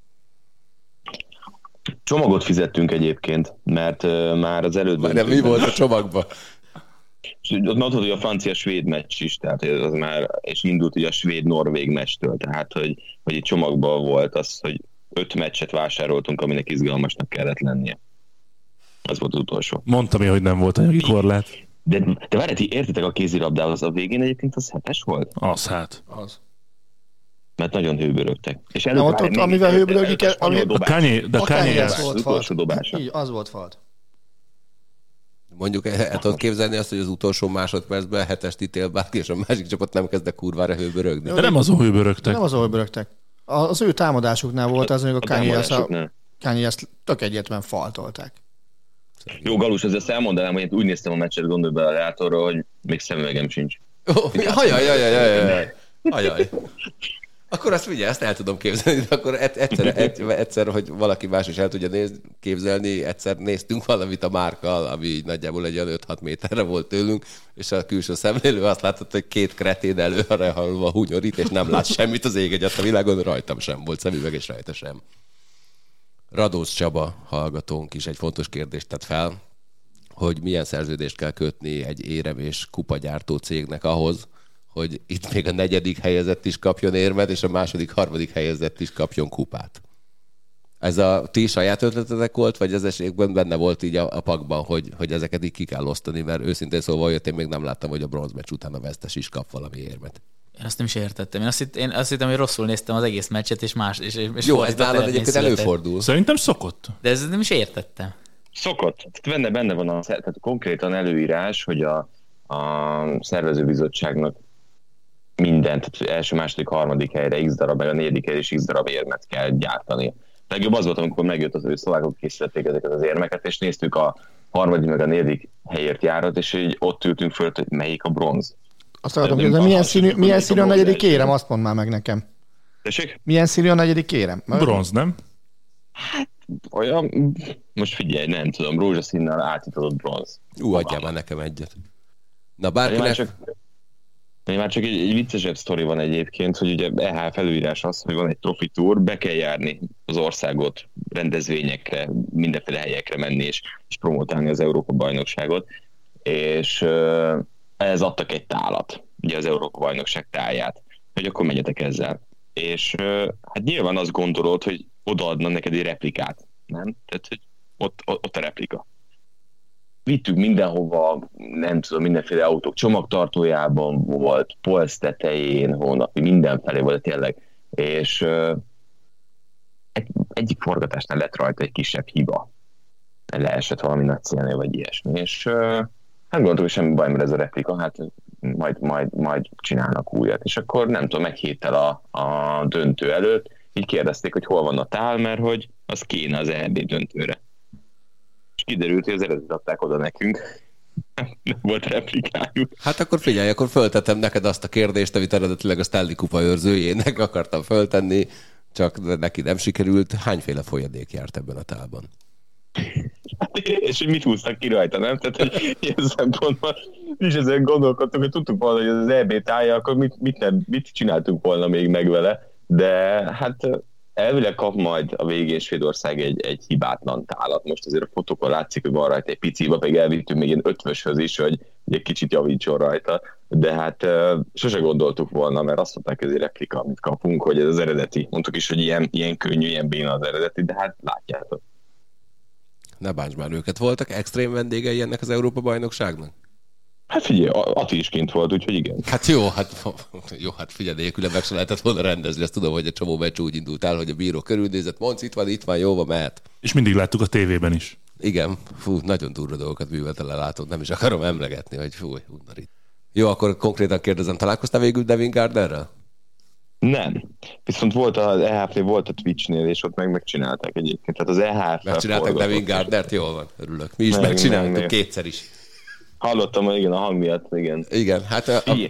Csomagot fizettünk egyébként, mert uh, már az előtt... De mi volt a csomagban? Ott mondhatod, hogy a francia-svéd meccs is, tehát az már, és indult ugye a svéd-norvég meccstől, tehát hogy, hogy egy csomagban volt az, hogy öt meccset vásároltunk, aminek izgalmasnak kellett lennie. Az volt az utolsó. Mondtam én, hogy nem volt anyagi korlát. De, de várj, ti értetek a kézilabdához, a végén egyébként az hetes volt? Az hát. Az. Mert nagyon hőbörögtek. És előtt, ott, ott, amivel hőbörögni kell... Ami... A Kanye, de a Kanye az volt utolsó dobása. Így, az volt falt. Mondjuk el, el tudod képzelni azt, hogy az utolsó másodpercben hetest ítél bárki, és a másik csapat nem kezd kurvára hőbörögni. De nem azon hőbörögtek. Nem azon hőbörögtek. Az ő támadásuknál volt az, hogy a Kanye ezt tök egyetlen faltolták. Jó, Galus, ezzel elmondanám, hogy én úgy néztem a meccset, gondolj be a reátorra, hogy még szemüvegem sincs. Ajaj, ajaj, ajaj, ajaj. Akkor azt figyelj, ezt el tudom képzelni, de akkor egyszer, egyszer, hogy valaki más is el tudja néz, képzelni, egyszer néztünk valamit a Márkkal, ami így nagyjából egy öt-hat méterre volt tőlünk, és a külső szemlélő azt látott, hogy két kretén előre halva hunyorít, és nem lát semmit az ég egyet a világon, rajtam sem volt szemüveg, és rajta sem. Radócz Csaba hallgatónk is egy fontos kérdést tett fel, hogy milyen szerződést kell kötni egy érem és kupagyártó cégnek ahhoz, hogy itt még a negyedik helyezett is kapjon érmet, és a második, harmadik helyezett is kapjon kupát. Ez a ti saját ötletetek volt, vagy ez esélyekben benne volt így a, a pakban, hogy, hogy ezeket így ki kell osztani, mert őszintén szóval jött, én még nem láttam, hogy a bronzmeccs után a vesztes is kap valami érmet. Én azt nem is értettem. Én azt, hitt, én azt hittem, hogy rosszul néztem az egész meccset, és más... És, és jó, ez nálad egyébként előfordul. Szerintem szokott. De ez nem is értettem. Szokott. Tehát benne, benne van a, tehát konkrétan előírás, hogy a, a szervezőbizottságnak mindent, tehát első, második, harmadik helyre x darab, meg a negyedik helyre is x darab érmet kell gyártani. Legjobb az volt, amikor megjött az, hogy szlovákok készítették ezeket az érmeket, és néztük a harmadik, meg a negyedik helyért járat, és így ott ültünk föl, hogy melyik a bronz. Azt akarom, hogy milyen színű, milyen színű a negyedik érem, azt mondd már meg nekem. Tessék? Milyen színű a negyedik érem? Bronz, nem? Hát olyan, most figyelj, nem tudom, rózsaszínnel átított bronz. Ú, adjál már nekem egyet. Na bárkinek... Már csak, már csak egy, egy viccesebb sztori van egyébként, hogy ugye é há ef előírás az, hogy van egy profi tour, be kell járni az országot rendezvényekre, mindenféle helyekre menni és, és promotálni az Európa-bajnokságot, és uh, ehhez adtak egy tálat, ugye az Európa-bajnokság táját, hogy akkor menjetek ezzel. És uh, hát nyilván azt gondolod, hogy odaadna neked egy replikát, nem? Tehát, hogy ott, ott a replika. Vittük mindenhova, nem tudom, mindenféle autók csomagtartójában volt, polc tetején, hónapi, mindenfelé volt tényleg. És uh, egy, egyik forgatásnál lett rajta egy kisebb hiba. Leesett valami nagy célnél, vagy ilyesmi. És uh, hát gondoltam, hogy semmi baj, mert ez a replika, hát majd, majd, majd csinálnak újat. És akkor nem tudom, egy héttel a, a döntő előtt így kérdezték, hogy hol van a tál, mert hogy az kéne az é bé döntőre. És kiderült, hogy az eredetet adták oda nekünk. Nem volt replikájuk. Hát akkor figyelj, akkor föltettem neked azt a kérdést, amit eredetileg a Stanley Kupa őrzőjének akartam föltenni, csak neki nem sikerült. Hányféle folyadék járt ebben a tálban? És hogy mit húztak ki rajta, nem? Tehát, hogy ilyen szempontban is ezen gondolkodtunk, hogy tudtuk volna, hogy az é bé tája, akkor mit, mit, nem, mit csináltunk volna még meg vele, de hát elvileg kap majd a végén Svédország egy, egy hibátlan tálat. Most azért a fotókon látszik, hogy van rajta egy pici hiba, pedig elvittünk még ilyen ötvöshöz is, hogy egy kicsit javítson rajta, de hát uh, sose gondoltuk volna, mert azt mondták, hogy ez egy replika, amit kapunk, hogy ez az eredeti. Mondtuk is, hogy ilyen, ilyen könnyű, ilyen béna az eredeti, de hát látjátok. Ne bánts már őket. Voltak extrém vendégei ennek az Európa-bajnokságnak? Hát figyelj, Ati is kint volt, úgyhogy igen. Hát jó, hát, jó, hát figyelj, nélküle meg se lehetett volna rendezni. Azt tudom, hogy a csomó meccs úgy indult el, hogy a bíró körülnézett, mondsz, itt van, itt van, jó van, mehet. És mindig láttuk a tévében is. Igen, fú, nagyon durva dolgokat művelt el a látod, nem is akarom emlegetni, hogy fú, undarít. Jó, akkor konkrétan kérdezem, találkoztál végül Devin Gardnerrel? Nem. Viszont volt az é há ef, volt a Twitchnél, és ott meg megcsinálták egyébként. Tehát az é há ef megcsinálták Devin Gardnert, jól van, örülök. Mi is meg, megcsináltuk meg, kétszer is. Hallottam, hogy igen, a hang miatt, igen. Igen, hát a, a,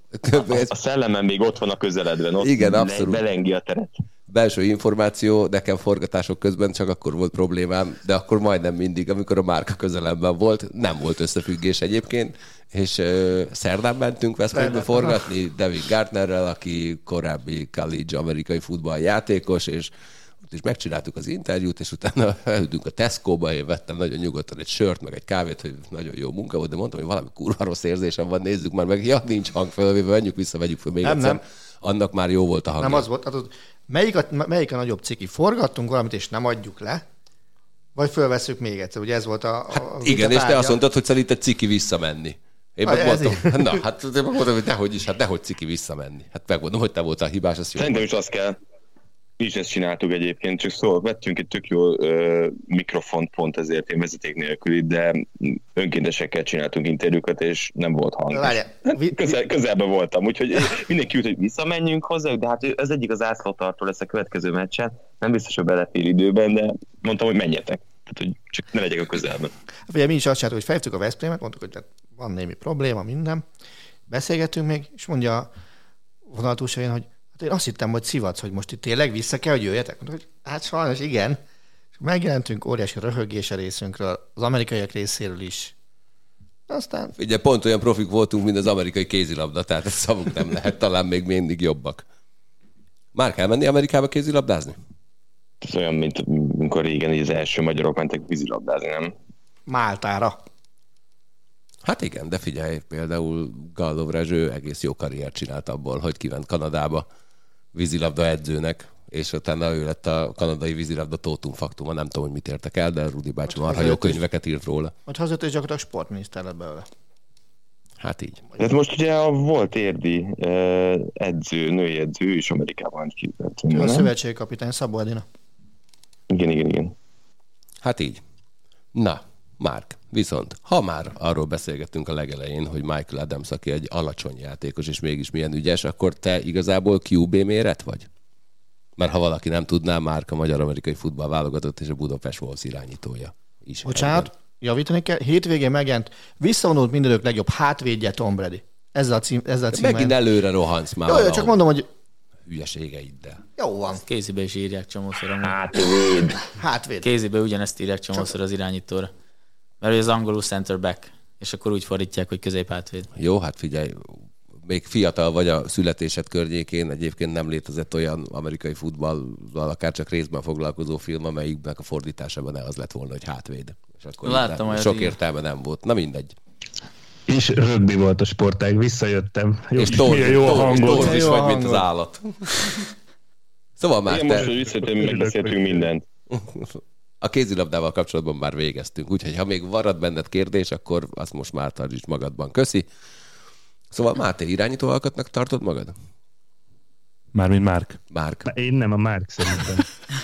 a, a szellemen még ott van a közeledben, ott igen, abszolút. Belengi a teret. Belső információ, nekem forgatások közben csak akkor volt problémám, de akkor majdnem mindig, amikor a márka közelemben volt, nem volt összefüggés egyébként, és uh, szerdán mentünk Veszprémbe forgatni Devin Gardnerrel, aki korábbi college amerikai futballjátékos, és ott is megcsináltuk az interjút, és utána elültünk a Tesco-ba, én vettem nagyon nyugodtan egy sört, meg egy kávét, hogy nagyon jó munka volt, de mondtam, hogy valami kurva rossz érzésem van, nézzük már meg, ja, nincs hang fölvéve, menjünk vissza, vegyük föl még nem, egyszer. Nem. Annak már jó volt a hangja. Nem az volt, hát az, melyik, a, melyik a nagyobb ciki? Forgattunk valamit, és nem adjuk le, vagy fölveszünk még egyszer, ugye ez volt a... a hát igen, és te azt mondtad, hogy szerinted ciki visszamenni. Én meg mondtam, na, hát én meg mondtam, hogy nehogy is, hát nehogy ciki visszamenni. Hát megmondom, hogy te voltál hibás, azt jó. Szerintem is azt kell. Mi is ezt csináltuk egyébként, csak szóval vettünk egy tök jó uh, mikrofont pont ezért én vezeték nélkül, de önkéntesekkel csináltunk interjúkat, és nem volt hang. Közel, közelben voltam, úgyhogy mindenki jut, hogy visszamenjünk hozzá, de hát ez egyik az ászlótartó lesz a következő meccsen. Nem biztos, hogy belefér időben, de mondtam, hogy menjetek. Tehát, hogy csak ne legyek a közelben. Ugye mi is azt csináltuk, hogy felhívtuk a Veszprémet, mondtuk, hogy van némi probléma, minden. Beszélgettünk még, és mondja a vonaltúsaján, hogy hát én azt hittem, hogy szivatsz, hogy most itt tényleg vissza kell, hogy jöjjetek. Mondtuk, hogy hát sajnos igen. És megjelentünk óriási röhögés a részünkről, az amerikaiak részéről is. Aztán... Ugye pont olyan profik voltunk, mint az amerikai kézilabda, tehát ezt szavuk nem lehet, talán még mindig jobbak. Már kell menni Amerikába kézilabdázni? Ez olyan, mint amikor régen az első magyarok mentek vízilabdázni, nem? Máltára. Hát igen, de figyelj, például Gallov Rezső egész jó karriert csinált abból, hogy kiment Kanadába vízilabda edzőnek, és utána ő lett a kanadai vízilabda tótum faktuma, nem tudom, hogy mit értek el, de Rudi bácsi marha jó könyveket írt róla. Hogy hazajött, és gyakorlatilag sportminiszter lett belőle. Hát így. Tehát most ugye a volt érdi edző, női edző is Amerikában képzett. A szövetségi kapitány Szabó Edina. Igen, igen, igen. Hát így. Na, Márk, viszont ha már arról beszélgettünk a legelején, hogy Michael Adams, aki egy alacsony játékos, és mégis milyen ügyes, akkor te igazából kú bé méret vagy? Mert ha valaki nem tudná, Márk a magyar-amerikai futball válogatott és a Budapest Wolves irányítója is. Bocsánat, helyben. Javítani kell. Hétvégén megjelent visszavonult mindenők legjobb hátvédje Tom Brady. Ezzel a, cím, ezzel a címmel. Megint előre rohansz már. Jó, jó, csak mondom, hogy hülyeségeiddel. Jó van. Kézibe is írják csomószor. amúgy. Hátvéd. Hátvéd. Kézibe ugyanezt írják csomószor az irányítóra. Mert az angolul center back, és akkor úgy fordítják, hogy középhátvéd. Jó, hát figyelj, még fiatal vagy a születésed környékén, egyébként nem létezett olyan amerikai futballal, akár csak részben foglalkozó film, amelyikben a fordításában ne az lett volna, hogy hátvéd. És akkor Láttam, nem, sok értelme nem volt. Na mindegy. És rögbi volt a sportág, visszajöttem. Jó, És torz, jó a torz, hangod. torz is Jó a vagy, mint az hangod. állat. Szóval már Igen, te... most, hogy visszatérünk, megbeszéltünk mindent. A kézilabdával kapcsolatban már végeztünk, úgyhogy ha még marad benned kérdés, akkor azt most már tartsd magadban. Köszi. Szóval Máté, irányító alkatnak tartod magad? Mármint Márk. Márk. Én nem, a Márk szerintem.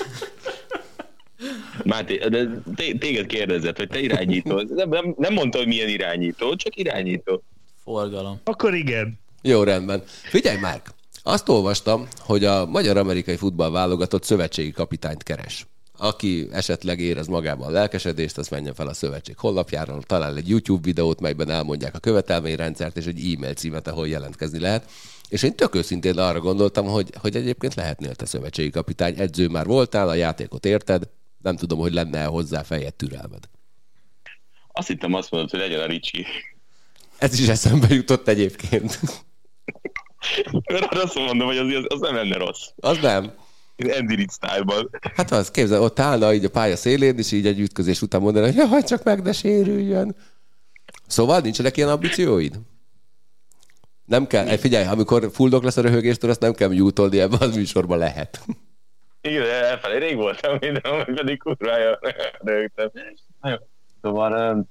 Máté, de té- téged kérdezett, hogy te irányító. Nem, nem, nem mondta, hogy milyen irányító, csak irányító. Forgalom. Akkor igen. Jó, rendben. Figyelj, Márk, azt olvastam, hogy a magyar-amerikai futballválogatott szövetségi kapitányt keres. Aki esetleg érez magában lelkesedést, az menjen fel a szövetség honlapjára, talál egy YouTube videót, melyben elmondják a követelményrendszert, és egy e-mail címet, ahol jelentkezni lehet. És én tök őszintén arra gondoltam, hogy, hogy egyébként lehetnél te szövetségi kapitány, edző már voltál, a játékot érted, nem tudom, hogy lenne hozzá fejed türelmed. Azt hittem azt mondod, hogy legyen a Ricsi. Ez is eszembe jutott egyébként. Mert azt mondom, hogy az, az nem lenne rossz. Az nem. Andy Reid style-ban. Hát az, képzel, ott állna így a pálya szélén, és így egy ütközés után mondaná, hogy jaj, csak meg ne sérüljön. Szóval nincsenek ilyen ambícióid? Nem kell, figyelj, amikor fulldog lesz a röhögéstől, azt nem kell mute-olni, ebben az műsorban lehet. Igen, elfelé rég voltam minden, pedig kurvája rögtem. Szóval,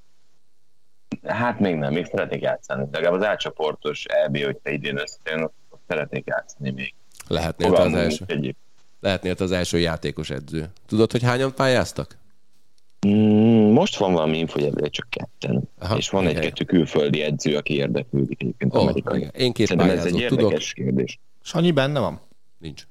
hát még nem, még szeretnék játszani. Legalább az átcsoportos é bé, hogyha idén összejön, ott szeretnék játszani még. Lehetnél te az első. Egyéb. Lehetnél te az első játékos edző. Tudod, hogy hányan pályáztak? Mm, most van valami info, hogy csak ketten. Aha, és van igen. egy-kettő külföldi edző, aki érdeklődik egyébként Ó, amerikai. igen. Én két Szerintem ez egy pályázót érdekes tudok. kérdés. Sanyi benne van? Nincs.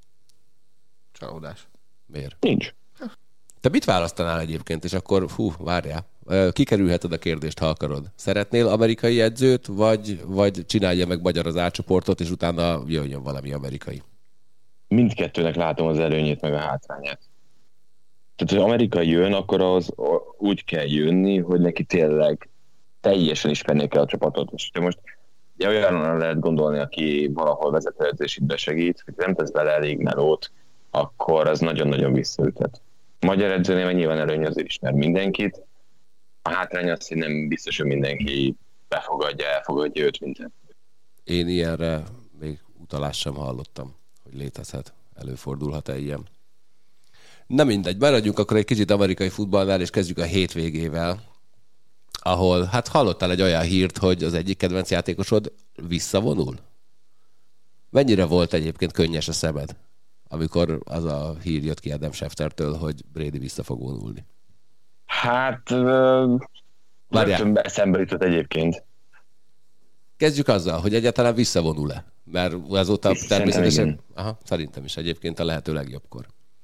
Csalódás. Miért? Nincs. Te mit választanál egyébként, és akkor, hú, várjál, Ö, kikerülheted a kérdést, ha akarod. Szeretnél amerikai edzőt, vagy, vagy csinálja meg magyar az átcsoportot, és utána jöjjön valami amerikai? Mindkettőnek látom az előnyét, meg a hátrányát. Tehát, hogy amerikai jön, akkor az úgy kell jönni, hogy neki tényleg teljesen ismernie kell a csapatot. És ha most ugye olyanra lehet gondolni, aki valahol vezetőedzését besegít, hogy nem tesz bele elég melót, akkor az nagyon-nagyon visszaüthet. A magyar edzőnél meg nyilván előny azért ismer mindenkit. A hátrány az, hogy nem biztos, hogy mindenki befogadja, elfogadja őt minden. Én ilyenre még utalást sem hallottam, hogy létezhet. Előfordulhat-e ilyen? Na mindegy, maradjunk akkor egy kicsit amerikai futballnál, és kezdjük a hétvégével, ahol, hát hallottál egy olyan hírt, hogy az egyik kedvenc játékosod visszavonul? Mennyire volt egyébként könnyes a szemed, amikor az a hír jött ki Adam Scheftertől, hogy Brady vissza fog vonulni? Hát, uh, rögtön eszembe jutott egyébként. Kezdjük azzal, hogy egyáltalán visszavonul-e? Mert azóta Szerintem természetesen... igen. Aha, szerintem is egyébként a lehető legjobbkor.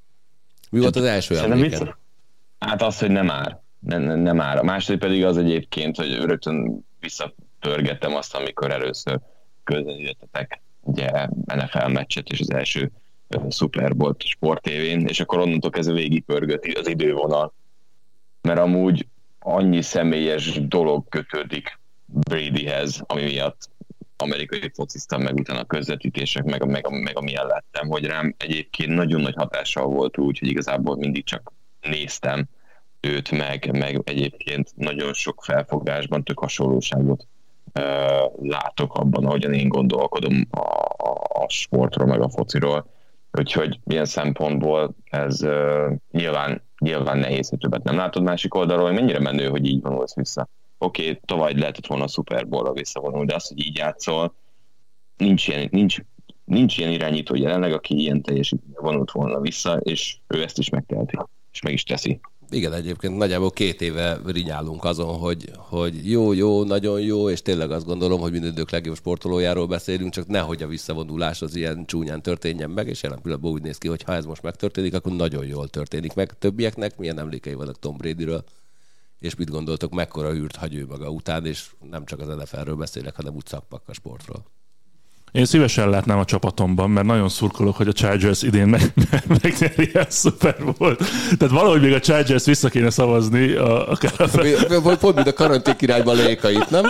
Mi volt az első Szerintem emléked? vissza... Hát az, hogy nem áll. Nem, nem, nem áll. A második pedig az egyébként, hogy rögtön visszapörgettem azt, amikor először közvetítettek ugye en ef el meccset, és az első uh, Super Bowl Sport tévén, és akkor onnantól kezdve végigpörgött az idővonal. Mert amúgy annyi személyes dolog kötődik Bradyhez, ami miatt amerikai fociztam, meg utána a közvetítések, meg, meg, meg amilyen lettem, hogy rám egyébként nagyon nagy hatással volt úgy, hogy igazából mindig csak néztem őt meg, meg egyébként nagyon sok felfogásban tök hasonlóságot uh, látok abban, ahogyan én gondolkodom a, a, a sportról, meg a fociról. Úgyhogy ilyen szempontból ez uh, nyilván, nyilván nehéz, hogy többet nem látod másik oldalról, hogy mennyire menő, hogy így vonulsz vissza. Oké, okay, tovább lehetett volna a Super Bowl-ra visszavonul, de az, hogy így játszol, nincs ilyen, nincs, nincs ilyen irányító jelenleg, aki ilyen teljesítményre vonult volna vissza, és ő ezt is megteheti, és meg is teszi. Igen, egyébként nagyjából két éve rinyálunk azon, hogy, hogy jó, jó, nagyon jó, és tényleg azt gondolom, hogy minden idők legjobb sportolójáról beszélünk, csak nehogy a visszavonulás az ilyen csúnyán történjen meg, és jelen pillanatban úgy néz ki, hogy ha ez most megtörténik, akkor nagyon jól történik meg. Többieknek milyen emlékei vannak Tom Bradyről, és mit gondoltok, mekkora űrt hagy ő maga után, és nem csak az en ef elről beszélek, hanem úgy szakpak a sportról. Én szívesen látnám a csapatomban, mert nagyon szurkolok, hogy a Chargers idén meg, megnyeri a Super Bowl. Tehát valahogy még a Chargers vissza kéne szavazni a, a Pont, mint a karanték irányba lékait, nem?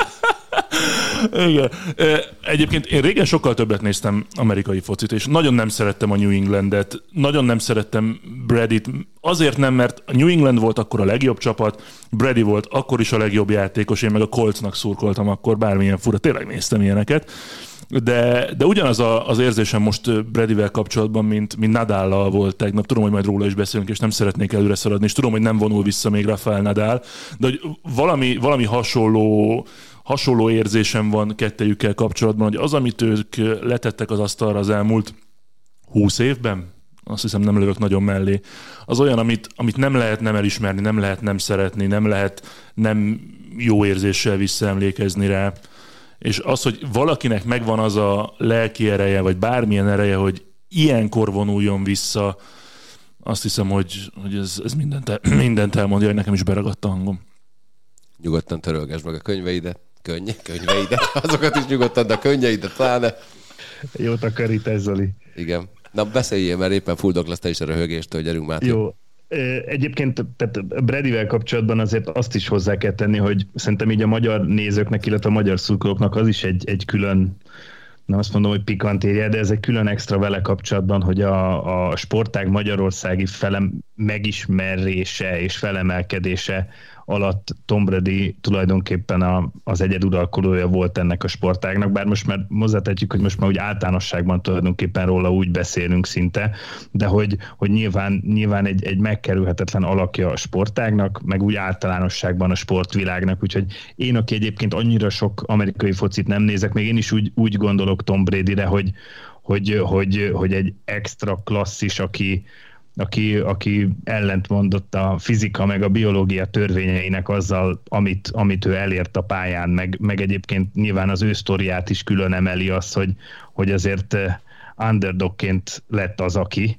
Igen. Egyébként én régen sokkal többet néztem amerikai focit, és nagyon nem szerettem a New Englandet, nagyon nem szerettem Bradyt, azért nem, mert a New England volt akkor a legjobb csapat, Brady volt akkor is a legjobb játékos, én meg a Coltsnak szurkoltam akkor, bármilyen fura, tényleg néztem ilyeneket. De, de ugyanaz a, az érzésem most Bradyvel kapcsolatban, mint, mint Nadállal volt tegnap. Tudom, hogy majd róla is beszélünk, és nem szeretnék előre szaladni, és tudom, hogy nem vonul vissza még Rafael Nadal, de hogy valami, valami hasonló, hasonló érzésem van kettejükkel kapcsolatban, hogy az, amit ők letettek az asztalra az elmúlt húsz évben, azt hiszem nem lövök nagyon mellé, az olyan, amit, amit nem lehet nem elismerni, nem lehet nem szeretni, nem lehet nem jó érzéssel visszaemlékezni rá. És az, hogy valakinek megvan az a lelki ereje, vagy bármilyen ereje, hogy ilyenkor vonuljon vissza, azt hiszem, hogy, hogy ez, ez mindent, el, mindent elmondja, hogy nekem is beragadt a hangom. Nyugodtan törölgesd meg a könyveidet, könny, könyveidet, azokat is nyugodtan, de a könnyeidet pláne. Jó takarítás, Zoli. Igen. Na beszéljél, mert éppen fuldoklasz te is a röhögéstől, gyerünk Máté. Jó. Egyébként tehát Bradyvel kapcsolatban azért azt is hozzá kell tenni, hogy szerintem így a magyar nézőknek, illetve a magyar szurkolóknak az is egy, egy külön, nem azt mondom, hogy pikantérje, de ez egy külön extra vele kapcsolatban, hogy a, a sportág magyarországi felem megismerése és felemelkedése alatt Tom Brady tulajdonképpen a, az egyeduralkodója volt ennek a sportágnak, bár most már hozzátetjük, hogy most már úgy általánosságban tulajdonképpen róla úgy beszélünk szinte, de hogy, hogy nyilván, nyilván egy, egy megkerülhetetlen alakja a sportágnak, meg úgy általánosságban a sportvilágnak, úgyhogy én, aki egyébként annyira sok amerikai focit nem nézek, még én is úgy, úgy gondolok Tom Bradyre, hogy, hogy, hogy, hogy egy extra klasszis, aki Aki, aki ellentmondott a fizika meg a biológia törvényeinek azzal, amit, amit ő elért a pályán, meg, meg egyébként nyilván az ő sztoriát is külön emeli az, hogy, hogy azért underdogként lett az, aki,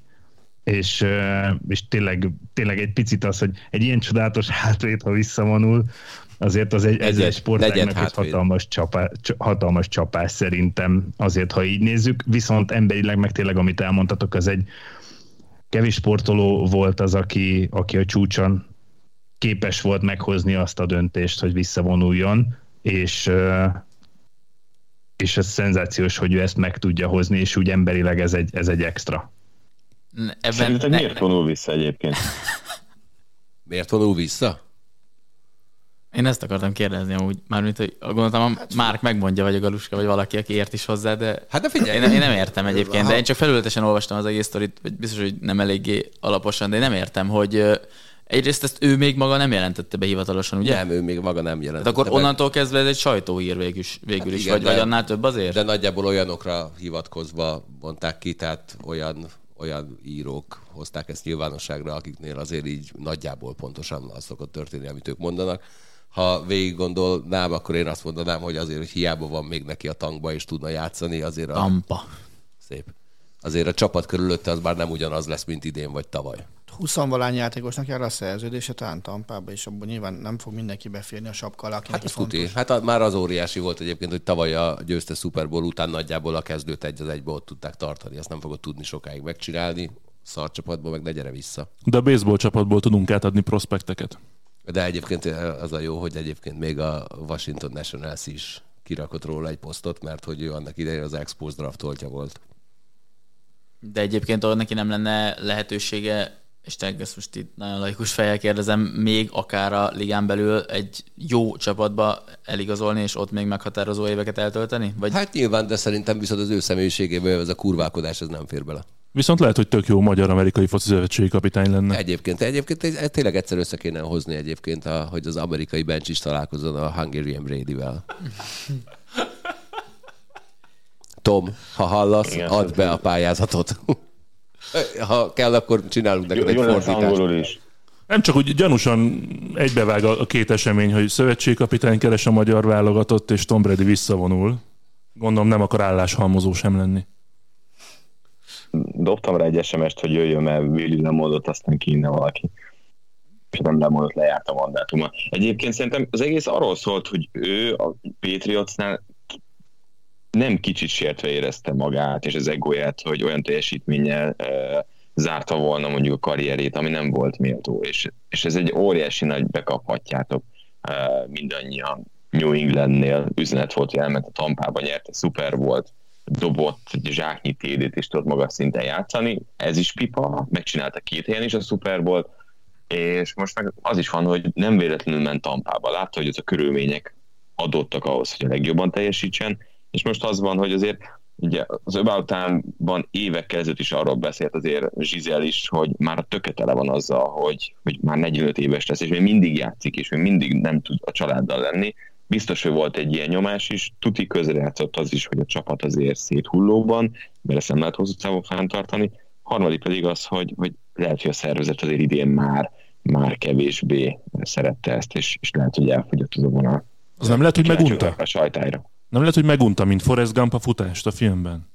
és, és tényleg, tényleg egy picit az, hogy egy ilyen csodálatos hátvéd, ha visszavonul, azért az egy, ez egy sportágnak egy hatalmas csapás, hatalmas csapás szerintem azért, ha így nézzük, viszont emberileg meg tényleg, amit elmondtatok, az egy kevés sportoló volt az, aki, aki a csúcson képes volt meghozni azt a döntést, hogy visszavonuljon, és, és ez szenzációs, hogy ő ezt meg tudja hozni, és úgy emberileg ez egy, ez egy extra. Ebben Szerinted ne, miért vonul vissza egyébként? Miért vonul vissza? Én ezt akartam kérdezni, amúgy mármint, hogy gondoltam, a hát, Márk megmondja, vagy a Galuska, vagy valaki, aki ért is hozzá, de, hát de figyelj, én, én nem értem egyébként, de én csak felületesen olvastam az egész sztorit, vagy biztos, hogy nem eléggé alaposan, de én nem értem, hogy egyrészt ezt ő még maga nem jelentette be hivatalosan, ugye? Nem, ő még maga nem jelentette. Hát akkor be. Onnantól kezdve ez egy sajtóhír végül is, végül hát is igen, vagy, de, vagy annál több azért? De nagyjából olyanokra hivatkozva mondták ki, tehát olyan, olyan írók hozták ezt nyilvánosságra, akiknél azért így nagyjából pontosan az szokott történni, amit ők mondanak. Ha végig gondolnám, akkor én azt mondanám, hogy azért, hogy hiába van még neki a tankba, és tudna játszani, azért a... Tampa. Szép. Azért a csapat körülötte az már nem ugyanaz lesz, mint idén vagy tavaly. húsz-valány játékosnak jár a szerződése talán Tampába, és abban nyilván nem fog mindenki beférni a sapka alá, hát az tuti. Hát a, már az óriási volt egyébként, hogy tavaly a győzte Super Bowl után nagyjából a kezdőt egy az egybe ott tudták tartani. Ezt nem fogod tudni sokáig megcsinálni. Szar csapatból meg ne gyere vissza. De a baseball csapatból tudunk átadni prospekteket. De egyébként az a jó, hogy egyébként még a Washington Nationals is kirakott róla egy posztot, mert hogy ő annak idején az Expos draftoltja volt. De egyébként neki nem lenne lehetősége, és te ezt most itt nagyon laikus fejjel kérdezem, még akár a ligán belül egy jó csapatba eligazolni, és ott még meghatározó éveket eltölteni? Vagy... Hát nyilván, de szerintem viszont az ő személyiségében ez a kurválkodás, ez nem fér bele. Viszont lehet, hogy tök jó magyar-amerikai foci szövetségi kapitány lenne. Egyébként, egyébként tényleg egyszer össze kéne hozni egyébként, a, hogy az amerikai bench is találkozzon a Hungarian Brady-vel. Tom, ha hallasz, igen, add be a pályázatot. Ha kell, akkor csinálunk neked egy fordítást. Nem csak úgy gyanúsan egybevág a két esemény, hogy szövetségkapitány keres a magyar válogatott, és Tom Brady visszavonul. Gondolom nem akar álláshalmozó sem lenni. Dobtam rá egy es em est, hogy jöjjön, mert Willi nem mondott, aztán ki innen valaki. És nem lemondott, lejárt a mandátuma. Egyébként szerintem az egész arról szólt, hogy ő a Patriotsnál nem kicsit sértve érezte magát és az egóját, hogy olyan teljesítménnyel uh, zárta volna mondjuk a karrierét, ami nem volt méltó, és, és ez egy óriási nagy bekaphatjátok uh, mindannyian. New Englandnél üzenet volt, hogy elment a Tampába, nyerte, szuper volt, dobott egy zsáknyi té dét, és tudott magas szinten játszani. Ez is pipa, megcsinálta két helyen is a Super Bowl, és most meg az is van, hogy nem véletlenül ment Tampába. Látta, hogy az a körülmények adottak ahhoz, hogy a legjobban teljesítsen, és most az van, hogy azért ugye az About Time-ban évekkel ezelőtt is arról beszélt azért Giselle is, hogy már a töke tele van azzal, hogy, hogy már negyvenöt éves lesz, és még mindig játszik, és még mindig nem tud a családdal lenni. Biztos, hogy volt egy ilyen nyomás is, tuti közrejátszott az is, hogy a csapat azért széthullóban, mert ezt nem lehet hosszú távon fenntartani. Harmadik pedig az, hogy, hogy lehet, hogy a szervezet azért idén már, már kevésbé szerette ezt, és, és lehet, hogy elfogyott azokon a... Az nem lehet, hogy megunta? A sajtájra. Nem lehet, hogy megunta, mint Forrest Gump a futást a filmben?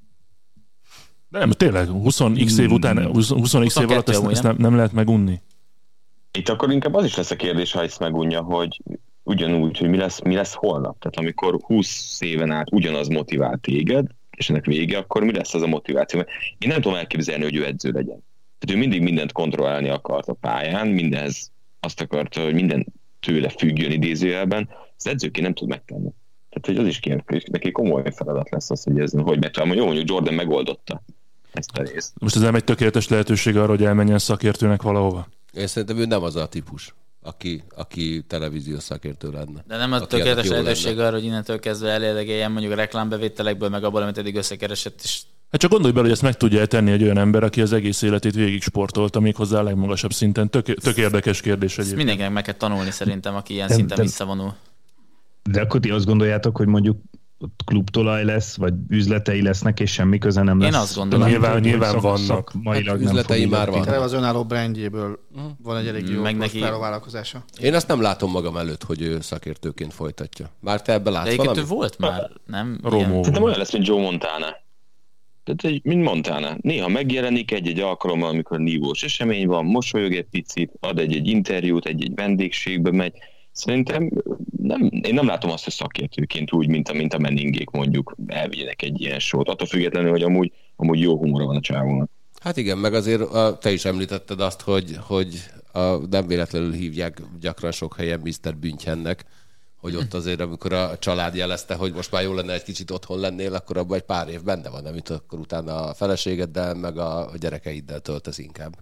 Nem, tényleg, húsz x év után, húsz x év alatt ezt, ezt nem, nem lehet megunni. Itt akkor inkább az is lesz a kérdés, ha ezt megunja, hogy ugyanúgy, hogy mi lesz, mi lesz holnap. Tehát amikor húsz éven át ugyanaz motivál téged, és ennek vége, akkor mi lesz az a motiváció? Én nem tudom elképzelni, hogy ő edző legyen. Tehát ő mindig mindent kontrollálni akart a pályán, mindenhez azt akarta, hogy minden tőle függjön idézőjelben, az edzőként nem tud megtenni. Tehát hogy az is kérdés, neki komoly feladat lesz az, hogy ez hogy megtalálom. Jó, mondjuk Jordan megoldotta ezt a részt. Most ez nem egy tökéletes lehetőség arra, hogy elmenjen szakértőnek valahova? Én szerintem ő nem az a típus, aki, aki televíziós szakértő lenne. De nem a tökéletes lehetőség arra, hogy innentől kezdve elérdegeljen mondjuk a reklámbevételekből, meg abból, amit eddig összekeresett is. Hát csak gondolj bele, hogy ezt meg tudja tenni egy olyan ember, aki az egész életét végig sportolta, méghozzá a legmagasabb szinten. Tök, tök érdekes kérdés egyébként. Mindenkinek meg kell tanulni szerintem, aki ilyen de, szinten de, visszavonul. De akkor ti azt gondoljátok, hogy mondjuk klubtolaj lesz, vagy üzletei lesznek, és semmi köze nem lesz? Én azt gondolom. Nyilván, nyilván vannak. Hát üzletei már van. Az önálló brandjéből van egy elég jó meg neki vállalkozása. Én azt nem látom magam előtt, hogy ő szakértőként folytatja. Már te ebbe látsz valami? De ő volt már, nem? Romó. Nem olyan lesz, mint Joe Montana. Tehát, mint Montana. Néha megjelenik egy-egy alkalommal, amikor nívós esemény van, mosolyog egy picit, ad egy-egy interjút, egy-egy vendégségbe megy. Szerintem nem, én nem látom azt, hogy szakértőként úgy, mint a, mint a Manningék mondjuk elvigyenek egy ilyen sót. Attól függetlenül, hogy amúgy, amúgy jó humora van a csávónak. Hát igen, meg azért a, te is említetted azt, hogy, hogy a, nem véletlenül hívják gyakran sok helyen miszter Büntjennek, hogy ott azért, amikor a család jelezte, hogy most már jó lenne egy kicsit otthon lennél, akkor abban egy pár év benne van, amit akkor utána a feleségeddel, meg a gyerekeiddel töltesz inkább.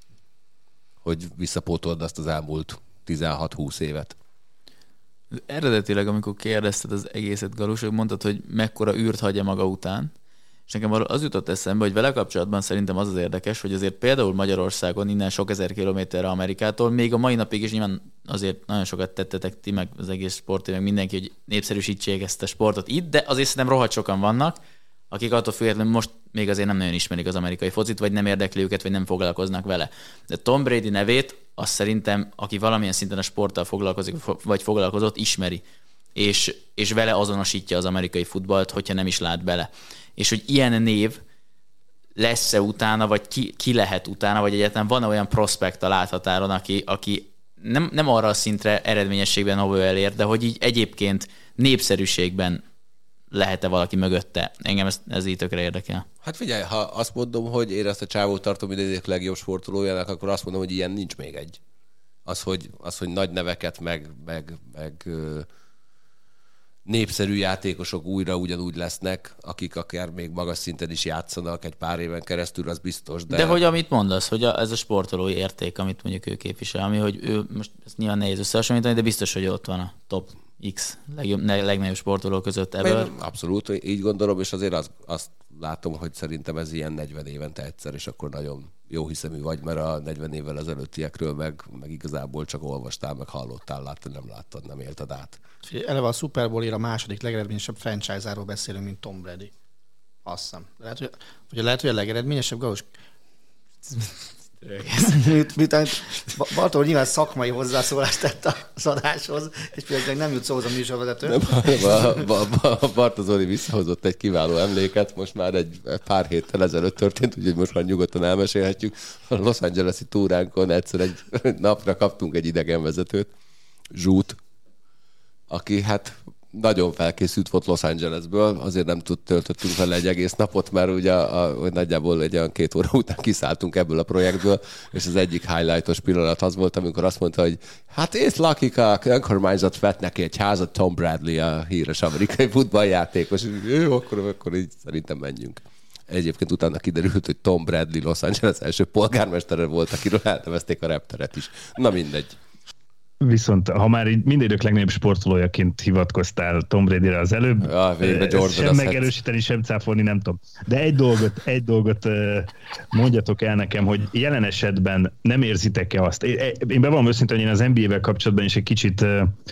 Hogy visszapótold azt az elmúlt tizenhat-húsz évet. Eredetileg, amikor kérdezted az egészet, Galus, hogy mondtad, hogy mekkora űrt hagyja maga után, és nekem az jutott eszembe, hogy vele kapcsolatban szerintem az az érdekes, hogy azért például Magyarországon, innen sok ezer kilométerre Amerikától, még a mai napig is nyilván azért nagyon sokat tettetek ti, meg az egész sport, meg mindenki, hogy népszerűsítsék ezt a sportot itt, de azért szerintem rohadt sokan vannak, akik attól függetlenül most még azért nem nagyon ismerik az amerikai focit, vagy nem érdekli őket, vagy nem foglalkoznak vele. De Tom Brady nevét azt szerintem, aki valamilyen szinten a sporttal foglalkozik, vagy foglalkozott, ismeri. És, és vele azonosítja az amerikai futballt, hogyha nem is lát bele. És hogy ilyen név lesz-e utána, vagy ki, ki lehet utána, vagy egyáltalán van olyan prospekt a láthatáron, aki, aki nem, nem arra a szintre eredményességben, ahol elér, de hogy így egyébként népszerűségben lehet-e valaki mögötte? Engem ez, ez így tökre érdekel. Hát figyelj, ha azt mondom, hogy én ezt a csávót tartom mindegyik legjobb sportolójának, akkor azt mondom, hogy ilyen nincs még egy. Az, hogy, az, hogy nagy neveket, meg, meg, meg ö, népszerű játékosok újra ugyanúgy lesznek, akik akár még magas szinten is játszanak egy pár éven keresztül, az biztos. De, de hogy amit mondasz, hogy a, ez a sportolói érték, amit mondjuk ő képvisel, ami, hogy ő most ezt nyilván nehéz összehasonlítani, de biztos, hogy ott van a top X legjobb, legnagyobb sportoló között ebből. Abszolút, így gondolom, és azért az, azt látom, hogy szerintem ez ilyen negyven évente egyszer, és akkor nagyon jó hiszemű vagy, mert a negyven évvel ezelőttiekről meg, meg igazából csak olvastál, meg hallottál, láttad, nem láttad, nem élted át. Eleve a Super Bowl-ér a második legeredményesebb franchise-áról beszélünk, mint Tom Brady. Azt hiszem. Lehet, hogy, hogy lehet, hogy a legeredményesebb Galus. Bartól nyilván szakmai hozzászólást tett az adáshoz, és például nem jut szóhoz a műsorvezető. Barta Zoli visszahozott egy kiváló emléket, most már egy pár héttel ezelőtt történt, úgyhogy most már nyugodtan elmesélhetjük. A Los Angeles-i túránkon egyszer egy napra kaptunk egy idegenvezetőt, Zsút, aki hát nagyon felkészült volt Los Angelesből, azért nem tud töltöttünk vele egy egész napot, mert ugye a, a, nagyjából egy olyan két óra után kiszálltunk ebből a projektből, és az egyik highlightos pillanat az volt, amikor azt mondta, hogy hát észlakik a önkormányzat vett neki egy házat, Tom Bradley, a híres amerikai futballjátékos, és jó, akkor, akkor így szerintem menjünk. Egyébként utána kiderült, hogy Tom Bradley Los Angeles első polgármestere volt, akiről elnevezték a repteret is. Na mindegy. Viszont ha már így minden idők legnagyobb sportolójaként hivatkoztál Tom Bradyre az előbb, ja, Jordan, sem megerősíteni, sem cáfolni, nem tudom. De egy dolgot, egy dolgot mondjatok el nekem, hogy jelen esetben nem érzitek-e azt? Én bevallom őszintén, hogy én az en bé á-vel kapcsolatban is egy kicsit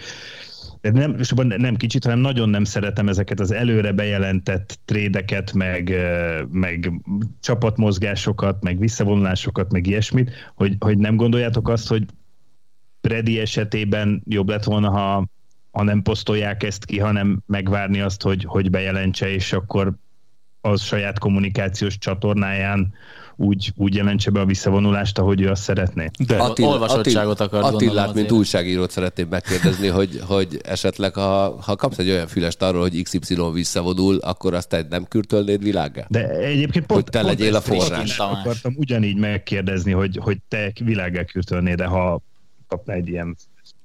nem, nem kicsit, hanem nagyon nem szeretem ezeket az előre bejelentett trédeket, meg, meg csapatmozgásokat, meg visszavonulásokat, meg ilyesmit, hogy, hogy nem gondoljátok azt, hogy Brady esetében jobb lett volna, ha, ha nem posztolják ezt ki, hanem megvárni azt, hogy, hogy bejelentse, és akkor az saját kommunikációs csatornáján úgy, úgy jelentse be a visszavonulást, ahogy ő azt szeretné. De Attil, olvasottságot akart Attil, Attillát, mint újságírót szeretném megkérdezni, hogy, hogy esetleg, ha, ha kapsz egy olyan fülest arról, hogy iksz ipszilon visszavonul, akkor azt te nem kürtölnéd világgá? De egyébként pont, hogy te pont legyél a forrás. Akartam ugyanígy megkérdezni, hogy, hogy te világgá kürtölnéd, de ha kapna egy ilyen...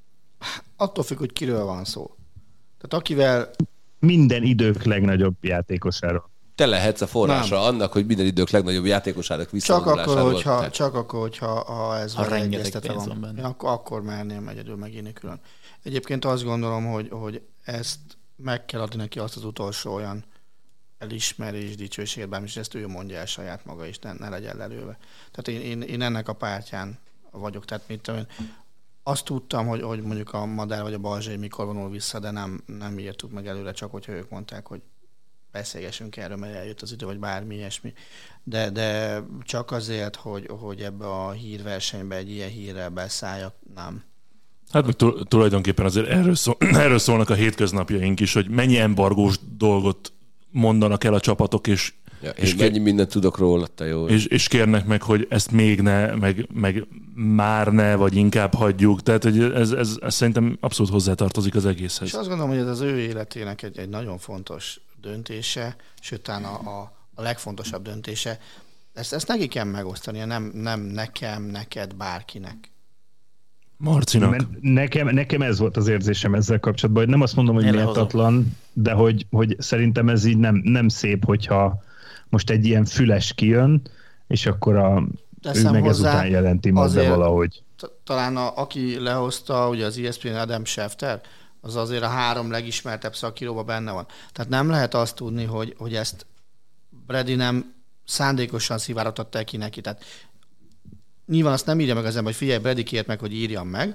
Attól függ, hogy kiről van szó. Tehát akivel... Minden idők legnagyobb játékosáról. Te lehetsz a forrása nem. annak, hogy minden idők legnagyobb játékosának visszavonulásáról. Csak akkor, hogyha, csak akkor, hogyha ha ez ha van egyeztetve van. van akkor, akkor merném egyedül megírni külön. Egyébként azt gondolom, hogy, hogy ezt meg kell adni neki azt az utolsó olyan elismerés, dicsőséget, bármi, és ezt ő mondja el saját maga, és ne, ne legyen lelőve. Tehát én, én, én ennek a pártján vagyok. Tehát mit tudom én, azt tudtam, hogy, hogy mondjuk a Madár vagy a Balzsai mikor vonul vissza, de nem, nem írtuk meg előre, csak hogyha ők mondták, hogy beszélgessünk erről, mert eljött az idő, vagy bármi ilyesmi. De, de csak azért, hogy, hogy ebbe a hírversenybe egy ilyen hírrel beszálljak, nem. Hát meg tulajdonképpen azért erről, szól, erről szólnak a hétköznapjaink is, hogy mennyi embargós dolgot mondanak el a csapatok, és Ja, és mennyi kér... mindent tudok róla, te jó. És, és kérnek meg, hogy ezt még ne, meg, meg már ne, vagy inkább hagyjuk. Tehát, hogy ez, ez, ez szerintem abszolút hozzátartozik az egészhez. És azt gondolom, hogy ez az ő életének egy, egy nagyon fontos döntése, sőt, a, a, a legfontosabb döntése. Ezt, ezt neki kell megosztania, nem, nem nekem, neked, bárkinek. Marcinak. Nekem, nekem ez volt az érzésem ezzel kapcsolatban, hogy nem azt mondom, hogy méltatlan, de hogy, hogy szerintem ez így nem, nem szép, hogyha most egy ilyen füles kijön, és akkor a, ő meg ezután jelenti majd be valahogy. T- talán a, aki lehozta, ugye az E S P N Adam Schefter, az azért a három legismertebb szakíróban benne van. Tehát nem lehet azt tudni, hogy, hogy ezt Brady nem szándékosan szivárogtatta ki neki. Tehát nyilván azt nem írja meg az ember, hogy figyelj, Brady kért meg, hogy írjam meg,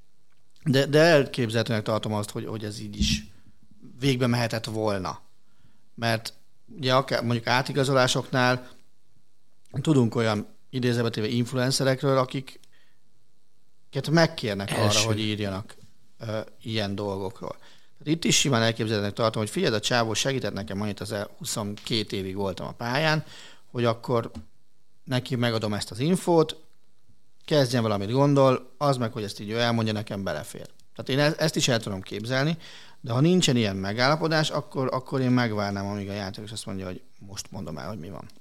de, de elképzelhetőnek tartom azt, hogy, hogy ez így is végbe mehetett volna. Mert ugye akár, mondjuk átigazolásoknál tudunk olyan idézőbetéve influencerekről, akiket megkérnek Első. arra, hogy írjanak uh, ilyen dolgokról. Tehát itt is simán elképzelhetőnek tartom, hogy figyelj, a csávó segített nekem annyit, az el huszonkettő évig voltam a pályán, hogy akkor neki megadom ezt az infót, kezdjen valamit gondol, az meg, hogy ezt így ő elmondja, nekem belefér. Tehát én ezt is el tudom képzelni, de ha nincsen ilyen megállapodás, akkor, akkor én megvárnám, amíg a játékos azt mondja, hogy most mondom el, hogy mi van.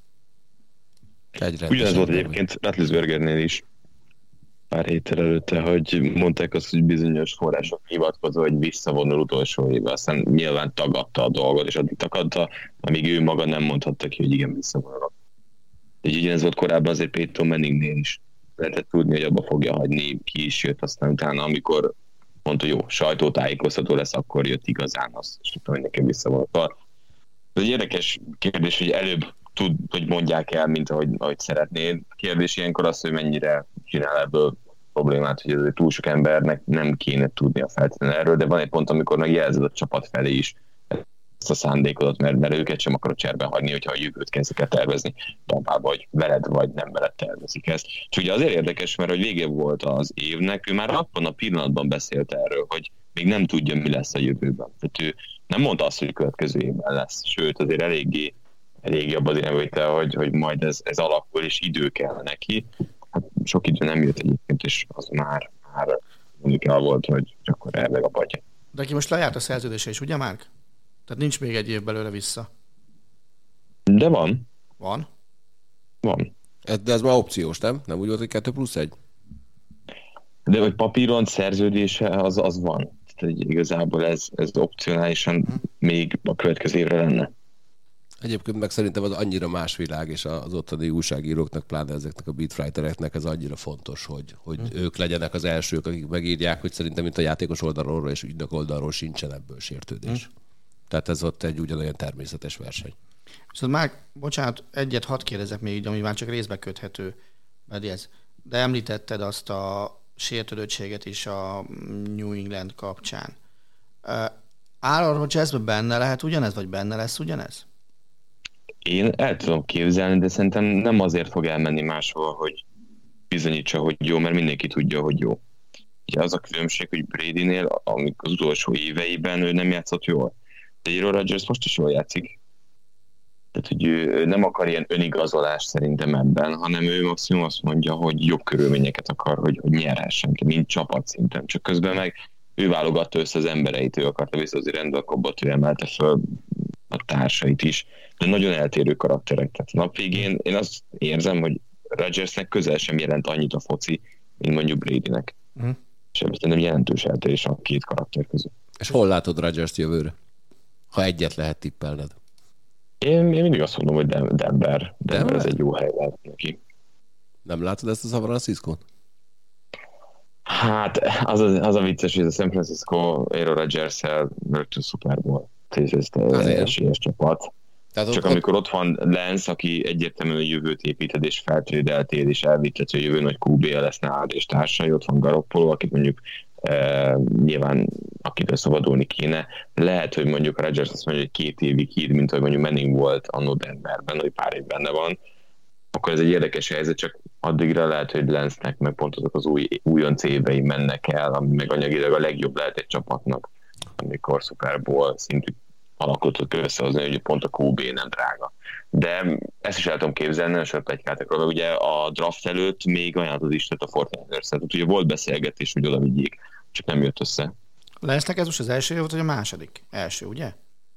Ugyanez volt egyébként Ratlisbergernél is pár héttel előtte, hogy mondták azt, hogy bizonyos források hivatkozó, hogy visszavonul utolsó évvel, aztán nyilván tagadta a dolgot, és addig tagadta, amíg ő maga nem mondhatta ki, hogy igen, visszavonul. Így ugyanez volt korábban azért Peyton Manningnél is. Lehetett tudni, hogy abba fogja hagyni, ki is jött, aztán utána, amikor mondta, jó, sajtótájékoztató lesz, akkor jött igazán az, és tudom, hogy nekem visszavonul. Ez egy érdekes kérdés, hogy előbb tud, hogy mondják el, mint ahogy, ahogy szeretnéd. A kérdés ilyenkor az, hogy mennyire csinál ebből problémát, hogy ez túl sok embernek nem kéne tudnia feltétlenül erről, de van egy pont, amikor megjelzed a csapat felé is ezt a szándékodat, mert, mert őket sem akarod cserben hagyni, hogyha a jövőt kezdik el tervezni. Tampában, vagy veled, vagy nem veled tervezik ezt. És ugye azért érdekes, mert hogy vége volt az évnek, ő már abban a pillanatban beszélt erről, hogy még nem tudja, mi lesz a jövőben. Tehát ő nem mondta azt, hogy a következő évben lesz. Sőt, azért eléggé, eléggé abban az irányba, hogy, hogy majd ez, ez alakul, és idő kell neki. Hát sok idő nem jött egyébként, és az már, már mondjuk el volt, hogy akkor elmegapadja. De aki most lejárt a szerződése is, ugye, Márk? Tehát nincs még egy év belőle vissza. De van. Van? Van. De ez már opciós, nem? Nem úgy volt, hogy kettő plusz egy? De hogy papíron szerződése az, az van. Tehát igazából ez, ez opcionálisan még a következő évre lenne. Egyébként meg szerintem az annyira más világ, és az ottani újságíróknak, pláne ezeknek a beatwritereknek ez annyira fontos, hogy, hogy hmm. ők legyenek az elsők, akik megírják, hogy szerintem mint a játékos oldalról és ügynök oldalról sincsen ebből sértődés. Hmm. Tehát ez ott egy ugyanolyan természetes verseny. Viszont már, bocsánat, egyet hadd kérdezek még, ami már csak részbe köthető, ez. De említetted azt a sértődöttséget is a New England kapcsán. Aaron Rodgersben benne lehet ugyanez, vagy benne lesz ugyanez? Én el tudom képzelni, de szerintem nem azért fog elmenni máshol, hogy bizonyítsa, hogy jó, mert mindenki tudja, hogy jó. Ugye az a különbség, hogy Bradynél, amikor az utolsó éveiben ő nem játszott jól. De Aaron Rodgers most is jól játszik. Tehát, hogy ő nem akar ilyen önigazolást szerintem ebben, hanem ő maximum azt mondja, hogy jobb körülményeket akar, hogy, hogy nyerhessen, mint csapatszinten. Csak közben meg ő válogatta össze az embereit, ő akarta visszahozni rendbe a kabot, ő emelte föl a társait is. De nagyon eltérő karakterek. Tehát a nap végén én azt érzem, hogy Rodgersnek közel sem jelent annyit a foci, mint mondjuk Bradynek. Uh-huh. És ebben nem jelentős eltérés a két karakter között. És hol látod Rodgers jövőre? Ha egyet lehet tippelned. Én, én mindig azt mondom, hogy Denver. Denver, Denver ez egy jó hely lehet neki. Nem látod ezt a San Francisco-t? Hát az a, az a vicces, hogy a San Francisco Aaron Rodgers-szel rögtön Super Bowl. Ez egy esélyes csapat. Tehát Csak ott, amikor ott van Lance, aki egyértelműen a jövőt építed, és feltrédeltél, és elvitted, hogy a jövő nagy kú bé lesz nálad, és társai, ott van Garoppolo, akit mondjuk e, nyilván akitől szabadulni kéne. Lehet, hogy mondjuk a Rodgers azt mondja, hogy két évig híd, mint hogy mondjuk Manning volt annó Denverben, hogy pár év benne van, akkor ez egy érdekes helyzet, csak addigra lehet, hogy Lance-nek meg pont azok az új, újonc évei mennek el, ami meg anyagilag a legjobb lehet egy csapatnak, amikor Super Bowl szintű alakulatot összehozni, hogy pont a kú bé nem drága. De ezt is el tudom képzelni, nagyon sok plegykáltak róla. Ugye a draft előtt még ajánlott is tett a Fortnite-ers, tehát ugye volt beszélgetés, hogy oda vigyék, csak nem jött össze. Lesznek ez most az első volt, vagy a második? Első, ugye?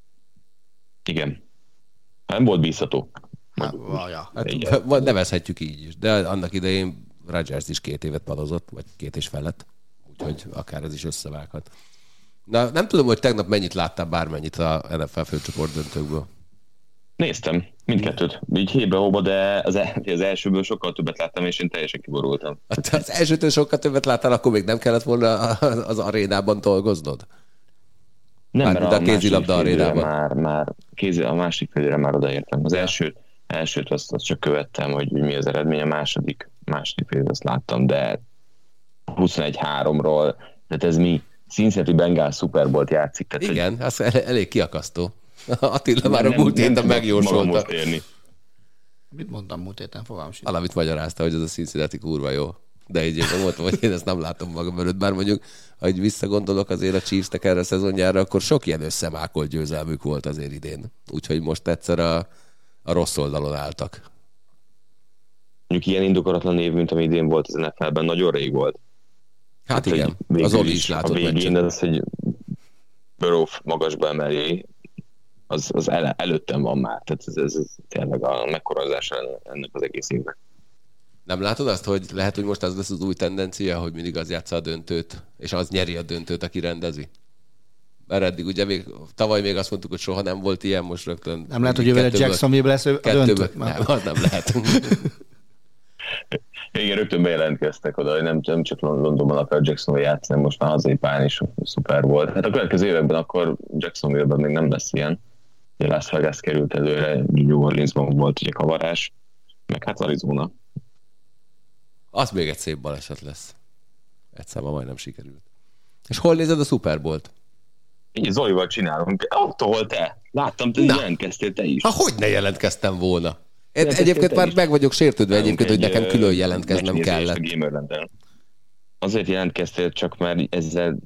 Igen. Nem volt bízható. Hát, vaja. Hát, nevezhetjük így is, de annak idején Rodgers is két évet padozott, vagy két és felett, úgyhogy akár ez is összevághat. Na, nem tudom, hogy tegnap mennyit láttál bármennyit a en ef el főcsoport döntőkből. Néztem, mindkettőt. Így hébe-hóba, de az, az elsőből sokkal többet láttam, és én teljesen kiborultam. Hát az elsőtől sokkal többet láttál, akkor még nem kellett volna az arénában dolgoznod? Nem, már, mert a, a kézilabda arénában. Már, már kézi, a másik félére már odaértem. Az első, elsőt azt, azt csak követtem, hogy mi az eredmény, a második, második félét azt láttam, de huszonegy háromról, tehát ez mi? Cincinnati Bengals Super Bowl-t játszik. Tehát igen, az elég kiakasztó. Attila már a múlt héten megjósolta. Mit mondtam múlt héten? Fogalmam sincs. Valamit magyarázta, hogy ez a Cincinnati kurva jó. De egyébként mondtam, hogy én ezt nem látom magam előtt. Bár mondjuk, ha így visszagondolok azért a Chiefsnek erre a szezonjára, akkor sok ilyen összemákolt győzelmük volt azért idén. Úgyhogy most egyszer a, a rossz oldalon álltak. Mondjuk ilyen indokolatlan év, mint ami idén volt az en ef el-ben, nagyon rég volt. Hát, hát igen, az Oli is látott meccset. A végén meccset. Az, hogy Burrow magasba emeli, az, az el, előttem van már. Tehát ez, ez, ez tényleg a megkorozása ennek az egész évnek. Nem látod azt, hogy lehet, hogy most az lesz az új tendencia, hogy mindig az játsza a döntőt, és az nyeri a döntőt, aki rendezi? Mert eddig ugye még, tavaly még azt mondtuk, hogy soha nem volt ilyen, most rögtön... Nem lehet, hogy jövőre Jacksonville lesz a döntő? Nem, az nem lehet. Igen, rögtön bejelentkeztek oda, hogy nem, nem csak Londonban akar Jacksonville játszani, most már hazai pályán is szuper volt. Hát a következő években akkor Jacksonville-ben még nem lesz ilyen. Ugye Las Vegas került előre, New Orleansban volt ugye kavarás, meg hát Arizona. Az még egy szép baleset lesz. Egyszer ma majdnem sikerült. És hol nézed a Super Bowl-t? Így Zolival csinálunk. Ott hol te? Láttam, te jelentkeztél te is. Ha hogy ne jelentkeztem volna? Egy, egyébként már meg vagyok sértődve egyébként, hogy nekem külön jelentkeznem kellett. Azért jelentkeztél csak, mert ezzel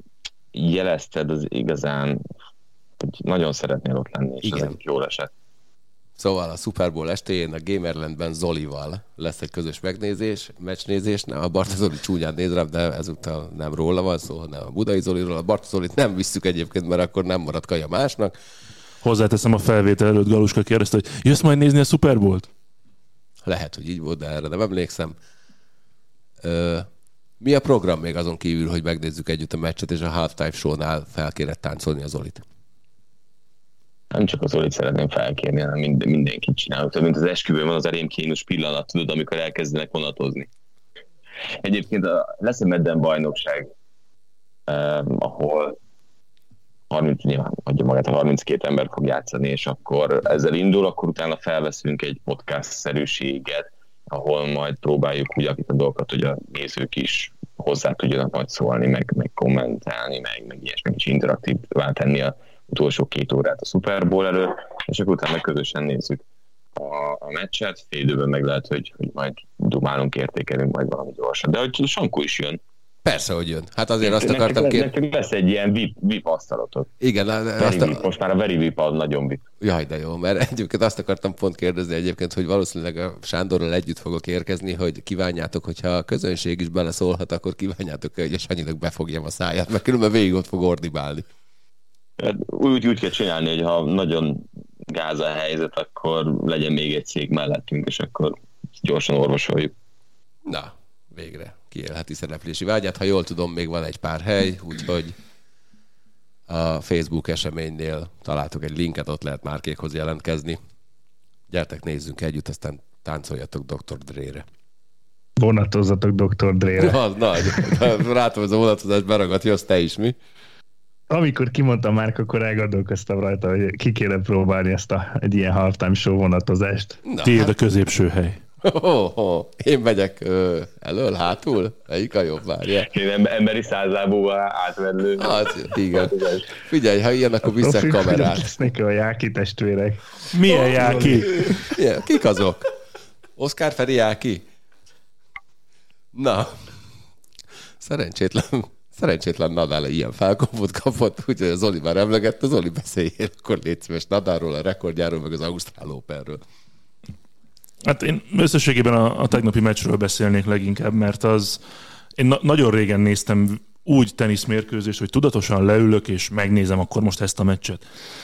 jelezted az igazán, hogy nagyon szeretnél ott lenni, és igen. Ez egy jól esett. Szóval a Super Bowl estéjén a Gamerlandben Zolival lesz egy közös megnézés, meccsnézés. Nem, a Barta Zoli csúnyán néz rám, de ezúttal nem róla van szó, hanem a Budai Zoliról. A Barta Zolit nem visszük egyébként, mert akkor nem marad kaja másnak. Hozzáteszem, a felvétel előtt Galuska kérdezte, hogy jössz majd nézni a Super Bowl-t? Lehet, hogy így volt, de erre nem emlékszem. Ö, mi a program még azon kívül, hogy megnézzük együtt a meccset, és a halftime show-nál fel kéne táncolni a Zolit? Nem csak az Zolit szeretném felkérni, hanem mind, mindenkit csinálunk. Tehát, mint az esküvőn van az a rémkínus pillanat, tudod, amikor elkezdenek vonatozni. Egyébként a, lesz egy medden bajnokság, eh, ahol harminc, nyilván adja magát, a harminckét ember fog játszani, és akkor ezzel indul, akkor utána felveszünk egy podcast-szerűséget, ahol majd próbáljuk úgy a dolgokat, hogy a nézők is hozzá tudjanak majd szólni, meg, meg kommentálni, meg, meg ilyesmi kis interaktívvá tenni a utolsó két órát a Super Bowl előtt, és akkor utána közösen nézzük a, a meccset, fél időben meg lehet, hogy, hogy majd dumálunk, értékelünk majd valami gyorsan. De hogy Sankó is jön. Persze, hogy jön. Hát azért azt akartam kérni. Nektek lesz egy ilyen V I P, V I P asztalotok. Igen. Azt a... Most már a Very V I P az nagyon V I P. Jaj, de jó, mert egyébként azt akartam pont kérdezni egyébként, hogy valószínűleg a Sándorral együtt fogok érkezni, hogy kívánjátok, hogyha a közönség is beleszólhat, akkor kívánjátok-e, hogy a Sanyinak befogjam a száját, mert különben végig ott fog ordibálni. Úgy, úgy kell csinálni, hogy ha nagyon gáz a helyzet, akkor legyen még egy szék mellettünk, és akkor gyorsan orvosoljuk. Na, végre kiélheti szereplési vágyát. Ha jól tudom, még van egy pár hely, úgyhogy a Facebook eseménynél találtok egy linket, ott lehet Márkékhoz jelentkezni. Gyertek, nézzünk együtt, aztán táncoljatok doktor Dre-re. Vonatozzatok doktor Dre-re. Az nagy. Rátom, ez a vonatozás beragadt, jössz te is, mi? Amikor kimondtam már, akkor elgondolkoztam rajta, hogy ki kéne próbálni ezt a, egy ilyen halftime show vonatozást. Tiéd hát... a középső hely. Oh, oh. Én megyek ö, elől, hátul? Melyik a jobb, várja? Én emberi százlábúval átvedlő. Hát, igen. Figyelj, ha ilyen, akkor vissza a kamerát. Lesznek a Jáki testvérek. Milyen oh, Jáki? Milyen? Kik azok? Oszkár Feri Jáki? Na, szerencsétlen, szerencsétlen Nadal ilyen felkapott kapott, úgyhogy a Zoli már emlegette, Zoli beszéljél, akkor légy szíves Nadalról, a rekordjáról, meg az Ausztrál Openről. Hát én összességében a, a tegnapi meccsről beszélnék leginkább, mert az én na- nagyon régen néztem úgy teniszmérkőzést, hogy tudatosan leülök és megnézem akkor most ezt a meccset.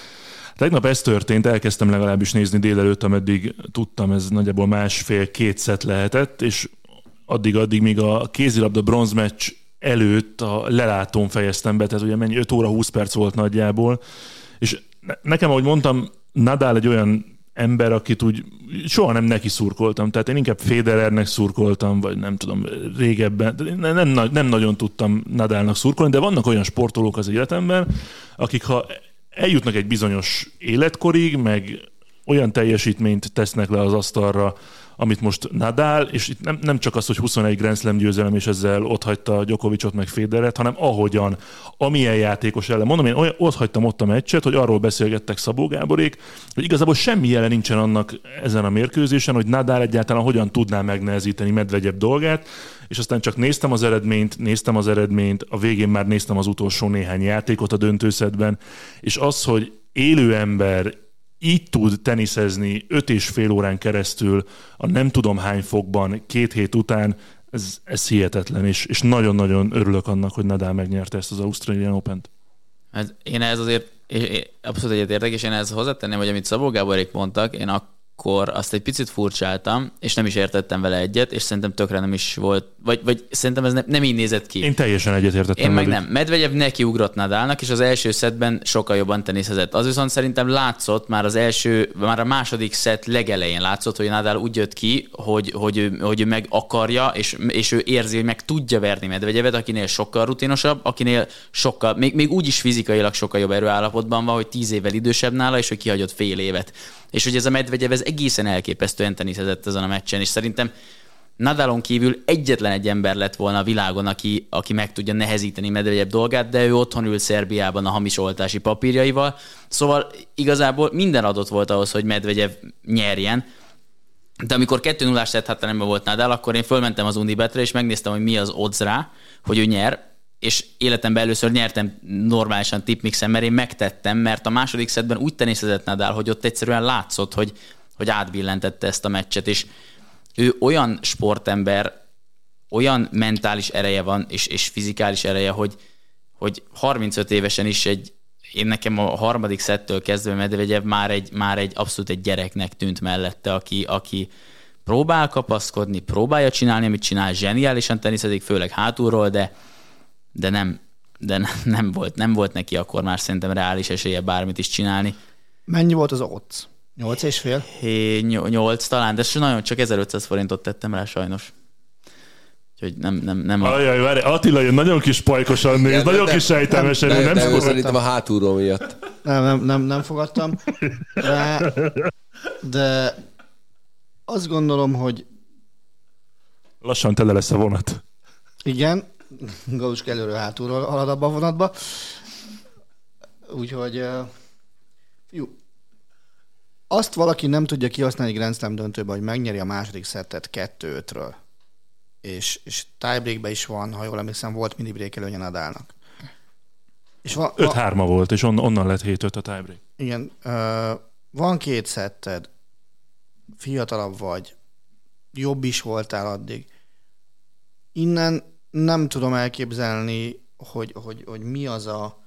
Tegnap ez történt, elkezdtem legalábbis nézni délelőtt, ameddig tudtam, ez nagyjából másfél-két szett lehetett, és addig-addig, míg a kézilabda bronzmeccs előtt a lelátón fejeztem be, tehát ugye mennyi, öt óra húsz perc volt nagyjából, és nekem, ahogy mondtam, Nadal egy olyan ember, akit úgy soha nem neki szurkoltam, tehát én inkább Federernek szurkoltam, vagy nem tudom, régebben, nem, nem, nem nagyon tudtam Nadalnak szurkolni, de vannak olyan sportolók az életemben, akik ha eljutnak egy bizonyos életkorig, meg olyan teljesítményt tesznek le az asztalra, amit most Nadal, és itt nem, nem csak az, hogy huszonegy Grand Slam győzelem, és ezzel otthagyta Djokovicot meg Federert, hanem ahogyan, amilyen játékos ellen. Mondom, én olyan, ott hagytam ott a meccset, hogy arról beszélgettek Szabó Gáborék, hogy igazából semmi jele nincsen annak ezen a mérkőzésen, hogy Nadal egyáltalán hogyan tudná megnehezíteni Medvegyev dolgát, és aztán csak néztem az eredményt, néztem az eredményt, a végén már néztem az utolsó néhány játékot a döntőszedben, és az, hogy élő ember így tud teniszezni öt és fél órán keresztül a nem tudom hány fokban két hét után, ez, ez hihetetlen, és, és nagyon-nagyon örülök annak, hogy Nadal megnyerte ezt az Australian Opent. Hát én ehhez azért abszolút egyetértek, és én ehhez hozzátenném, hogy amit Szabó Gáborék mondtak, én akkor azt egy picit furcsáltam, és nem is értettem vele egyet, és szerintem tökre nem is volt, vagy, vagy szerintem ez ne, nem így nézett ki. Én teljesen egyetértettem. Én meg nem. Medvegyev nekiugrott Nadalnak, és az első szettben sokkal jobban teniszezett. Az viszont szerintem látszott, már az első, már a második szett legelején látszott, hogy Nadal úgy jött ki, hogy, hogy, ő, hogy ő meg akarja, és, és ő érzi, hogy meg tudja verni Medvegyevet, akinél sokkal rutinosabb, akinél sokkal, még, még úgy is fizikailag sokkal jobb erőállapotban van, hogy tíz évvel idősebb nála, és hogy kihagyott fél évet. És hogy ez a Medvegyev ez egészen elképesztően teniszezett ezen a meccsen, és szerintem Nadalon kívül egyetlen egy ember lett volna a világon, aki, aki meg tudja nehezíteni Medvegyev dolgát, de ő otthon ül Szerbiában a hamis oltási papírjaival. Szóval igazából minden adott volt ahhoz, hogy Medvegyev nyerjen. De amikor kettő nullás szett hátrányban volt Nadal, akkor én fölmentem az Undibetre, és megnéztem, hogy mi az odds rá, hogy ő nyer, és életemben először nyertem normálisan tipmixen, mert én megtettem, mert a második szettben úgy teniszezett Nadal, hogy ott egyszerűen látszott, hogy hogy átbillentette ezt a meccset, és ő olyan sportember, olyan mentális ereje van, és, és fizikális ereje, hogy, hogy harmincöt évesen is egy, én nekem a harmadik szettől kezdve Medvegyev már egy, már egy abszolút egy gyereknek tűnt mellette, aki, aki próbál kapaszkodni, próbálja csinálni, amit csinál, zseniálisan teniszedik, főleg hátulról, de, de, nem, de nem, volt, nem volt neki akkor már szerintem reális esélye bármit is csinálni. Mennyi volt az odds? Nyolc és fél? Hé, nyolc talán, de nagyon csak ezerötszáz forintot tettem rá sajnos. Úgyhogy nem, nem, nem a... Ajaj, várj, Attila jön nagyon kis pajkosan néz, Igen, nagyon de- kis sejtelmesen, Nem, nem, nem, nem nem szokott. szerintem a hátulról miatt. Nem, nem, nem, nem fogadtam. De, de azt gondolom, hogy Lassan tele lesz a vonat. igen, Galuska előről hátulról halad abba a vonatba. Úgyhogy uh, jó. Azt valaki nem tudja kihasználni Grand Slam döntőbe, hogy megnyeri a második szettet kettő ötről. És, és tiebreakben is van, ha jól emlékszem, volt mini break előnye Nadalnak. És van, öt három volt, és on, onnan lett hét öt a tiebreak. igen, uh, van két szetted, fiatalabb vagy, jobb is voltál addig. Innen nem tudom elképzelni, hogy, hogy, hogy mi az a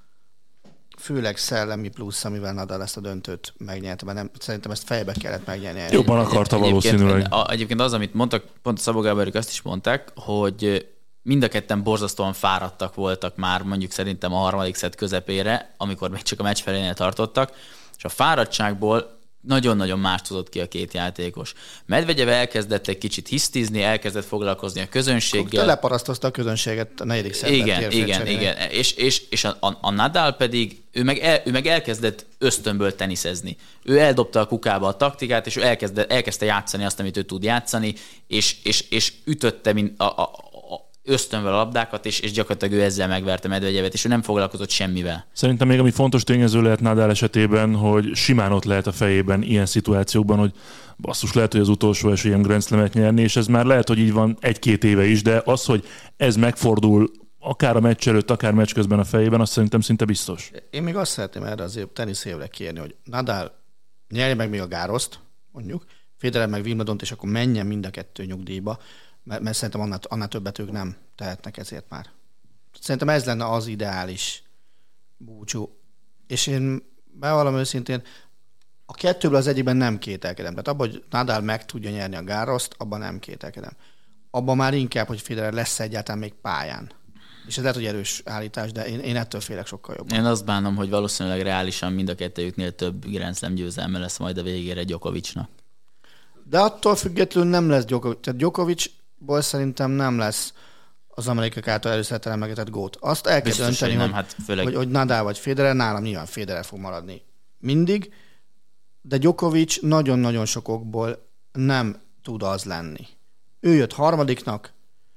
főleg szellemi plusz, amivel Nadal ezt a döntőt megnyerte, mert nem, szerintem ezt fejbe kellett megnyerni. Jobban akarta valószínűleg. Egyébként, a, egyébként az, amit mondtak, pont a Szabó Gáborék azt is mondták, hogy mind a ketten borzasztóan fáradtak voltak már mondjuk szerintem a harmadik szett közepére, amikor még csak a meccs felénél tartottak, és a fáradtságból nagyon-nagyon más tudott ki a két játékos. Medvegyev elkezdett egy kicsit hisztizni, elkezdett foglalkozni a közönséggel. Leparasztozta a közönséget a negyedik szettet. Igen, igen, igen. És, és, és a, a, a Nadal pedig, ő meg, el, ő meg elkezdett ösztönből teniszezni. Ő eldobta a kukába a taktikát, és ő elkezdte, elkezdte játszani azt, amit ő tud játszani, és, és, és ütötte mint a, a, a ösztönvel a labdákat, és, és gyakorlatilag ő ezzel megverte Medvegyevet, és ő nem foglalkozott semmivel. Szerintem még ami fontos tényező lehet Nadal esetében, hogy simán ott lehet a fejében ilyen szituációkban, hogy basszus, lehet, hogy az utolsó esélyem Grand Slamet nyerni, és ez már lehet, hogy így van egy-két éve is, de az, hogy ez megfordul akár a meccs előtt, akár meccs közben a fejében, azt szerintem szinte biztos. Én még azt szeretném erre azért teniszévre kérni, hogy Nadal nyerje meg még a Gároszt, mondjuk, Federer meg Wimbledont, és akkor menjen mind a kettő nyugdíjba, mert, mert szerintem annál, annál többet ők nem tehetnek ezért már. Szerintem ez lenne az ideális búcsú. És én bevallom őszintén, a kettőből az egyikben nem kételkedem. Tehát abban, hogy Nadal meg tudja nyerni a Gároszt, abban nem kételkedem. Abban már inkább, hogy Federer lesz egyáltalán még pályán. És ez lehet, hogy erős állítás, de én, én ettől félek sokkal jobban. Én azt bánom, hogy valószínűleg reálisan mind a kettőjüknél több Grand Slam győzelme lesz majd a végére Djokovicnak. De attól függetlenül nem lesz Djokovic. Tehát Djokovicból szerintem nem lesz az amerikák által előszeretelen megetett gót. Azt el kell Biztos, dönteni, hogy hogy, nem, hát főleg- hogy, hogy Nadal vagy Federer, nálam nyilván Federer fog maradni mindig, de Djokovic nagyon-nagyon sok okból nem tud az lenni. Ő jött harmadiknak,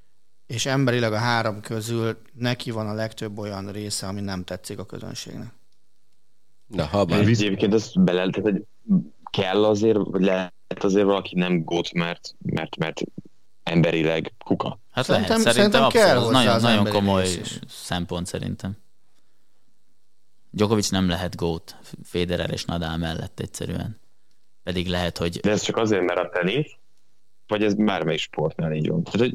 és emberileg a három közül neki van a legtöbb olyan része, ami nem tetszik a közönségnek. Na, ha De már. egyébként ezt bele, tehát, hogy kell azért, vagy lehet azért valaki nem gót, mert, mert, mert emberileg kuka. Hát Szerintem- lehet, szerintem, szerintem kell abszolút, hozzá nagyon, az nagyon emberi komoly rész is. szempont szerintem. Djokovic nem lehet gót Federer és Nadal mellett egyszerűen. Pedig lehet, hogy De ez csak azért, mert a tenisz, vagy ez bármely sportnál így van. Tehát, hogy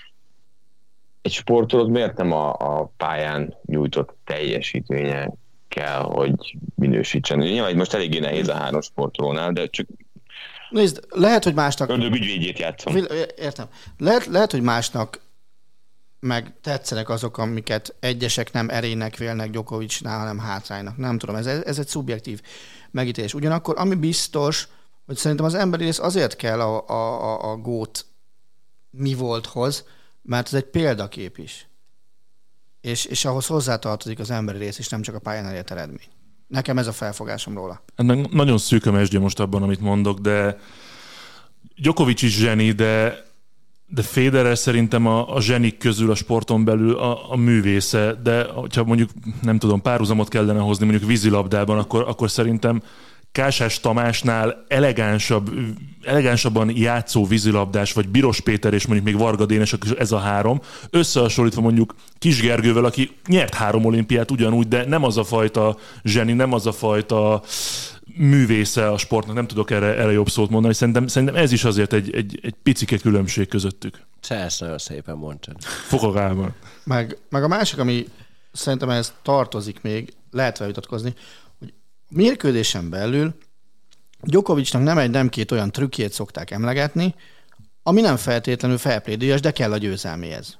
egy sportolót miért nem a, a pályán nyújtott teljesítménye kell, hogy minősítsen. Nyilván itt most eléggé nehéz a három sportolónál, de csak Nézd, lehet, hogy másnak... ördög ügyvédjét játszom. Vil- Értem. Lehet, lehet, hogy másnak meg tetszenek azok, amiket egyesek nem erének vélnek Djokovicnál, hanem hátránynak. Nem tudom, ez, ez egy szubjektív megítélés. Ugyanakkor, ami biztos, hogy szerintem az emberi rész azért kell a, a, a, a gót mi volthoz, mert ez egy példakép is. És, és ahhoz hozzátartozik az emberi rész, és nem csak a pályán elért eredmény. Nekem ez a felfogásom róla. Ennek nagyon szűk a mesdje most abban, amit mondok, de Djokovic is zseni, de, de Federer szerintem a, a zsenik közül a sporton belül a, a művésze, de ha mondjuk, nem tudom, párhuzamot kellene hozni mondjuk vízilabdában, akkor, akkor szerintem Kásás Tamásnál elegánsabb, elegánsabban játszó vízilabdás, vagy Biros Péter és mondjuk még Varga Dénes, ez a három, összehasonlítva mondjuk Kis Gergővel, aki nyert három olimpiát ugyanúgy, de nem az a fajta zseni, nem az a fajta művésze a sportnak, nem tudok erre, erre jobb szót mondani. Szerintem, szerintem ez is azért egy, egy, egy picike különbség közöttük. Csász, nagyon szépen mondtad. Fogagában. Meg, meg a másik, ami szerintem ehhez tartozik még, lehet vele vitatkozni, hogy mérkőzésen belül Djokovicnak nem egy, nem két olyan trükkjét szokták emlegetni, ami nem feltétlenül fair play díjas, de kell a győzelméhez.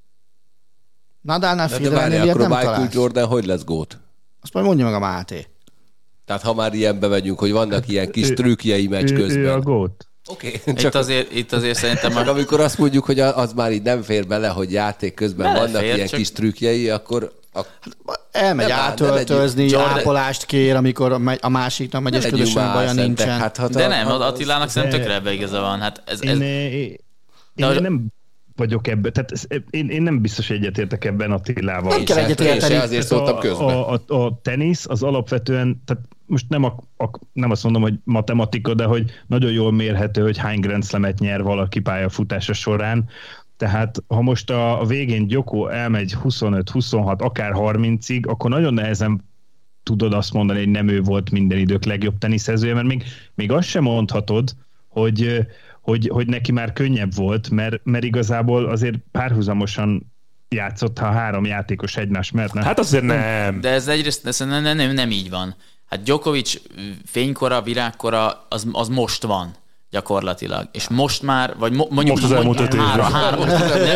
Nadalnál, Federernél ilyet nem találsz. Michael Jordan hogy lesz gót? Azt majd mondja meg a Máté. Tehát ha már ilyenbe megyünk, hogy vannak ilyen kis trükkjei meccs közben. Ő a gót. Oké. Okay, itt, azért, itt azért szerintem... Csak amikor azt mondjuk, hogy az már így nem fér bele, hogy játék közben Bele vannak fér, ilyen csak... kis trükkjei, akkor... A... Elmegy átöltözni, ápolást kér, amikor a másiknak megy, és közösen baja nincsen. Hát, hát, de hát, nem, hát, Attilának szerintem tökre ebbe igaza van. Hát ez, ez... Én, én, én az... nem vagyok ebben, tehát én, én nem biztos egyetértek ebben Attilával. Nem kell egyetérteni. Azért szóltam közben. A, a, a tenisz az alapvetően, tehát most nem, a, a, nem azt mondom, hogy matematika, de hogy nagyon jól mérhető, hogy hány Grand Slamet nyer valaki pályafutása során. Tehát ha most a, a végén Djoko elmegy huszonöt, huszonhat, akár harmincig, akkor nagyon nehezen tudod azt mondani, hogy nem ő volt minden idők legjobb teniszezője, mert még, még azt sem mondhatod, hogy, hogy, hogy neki már könnyebb volt, mert, mert igazából azért párhuzamosan játszott, ha három játékos egymás mert nem. Hát azért nem. De ez egyrészt ez nem, nem, nem, nem így van. Hát Djokovic fénykora, virágkora, az, az most van gyakorlatilag. És most már, vagy mo, mondjuk... Most az elmúlt öt évben. Három, három.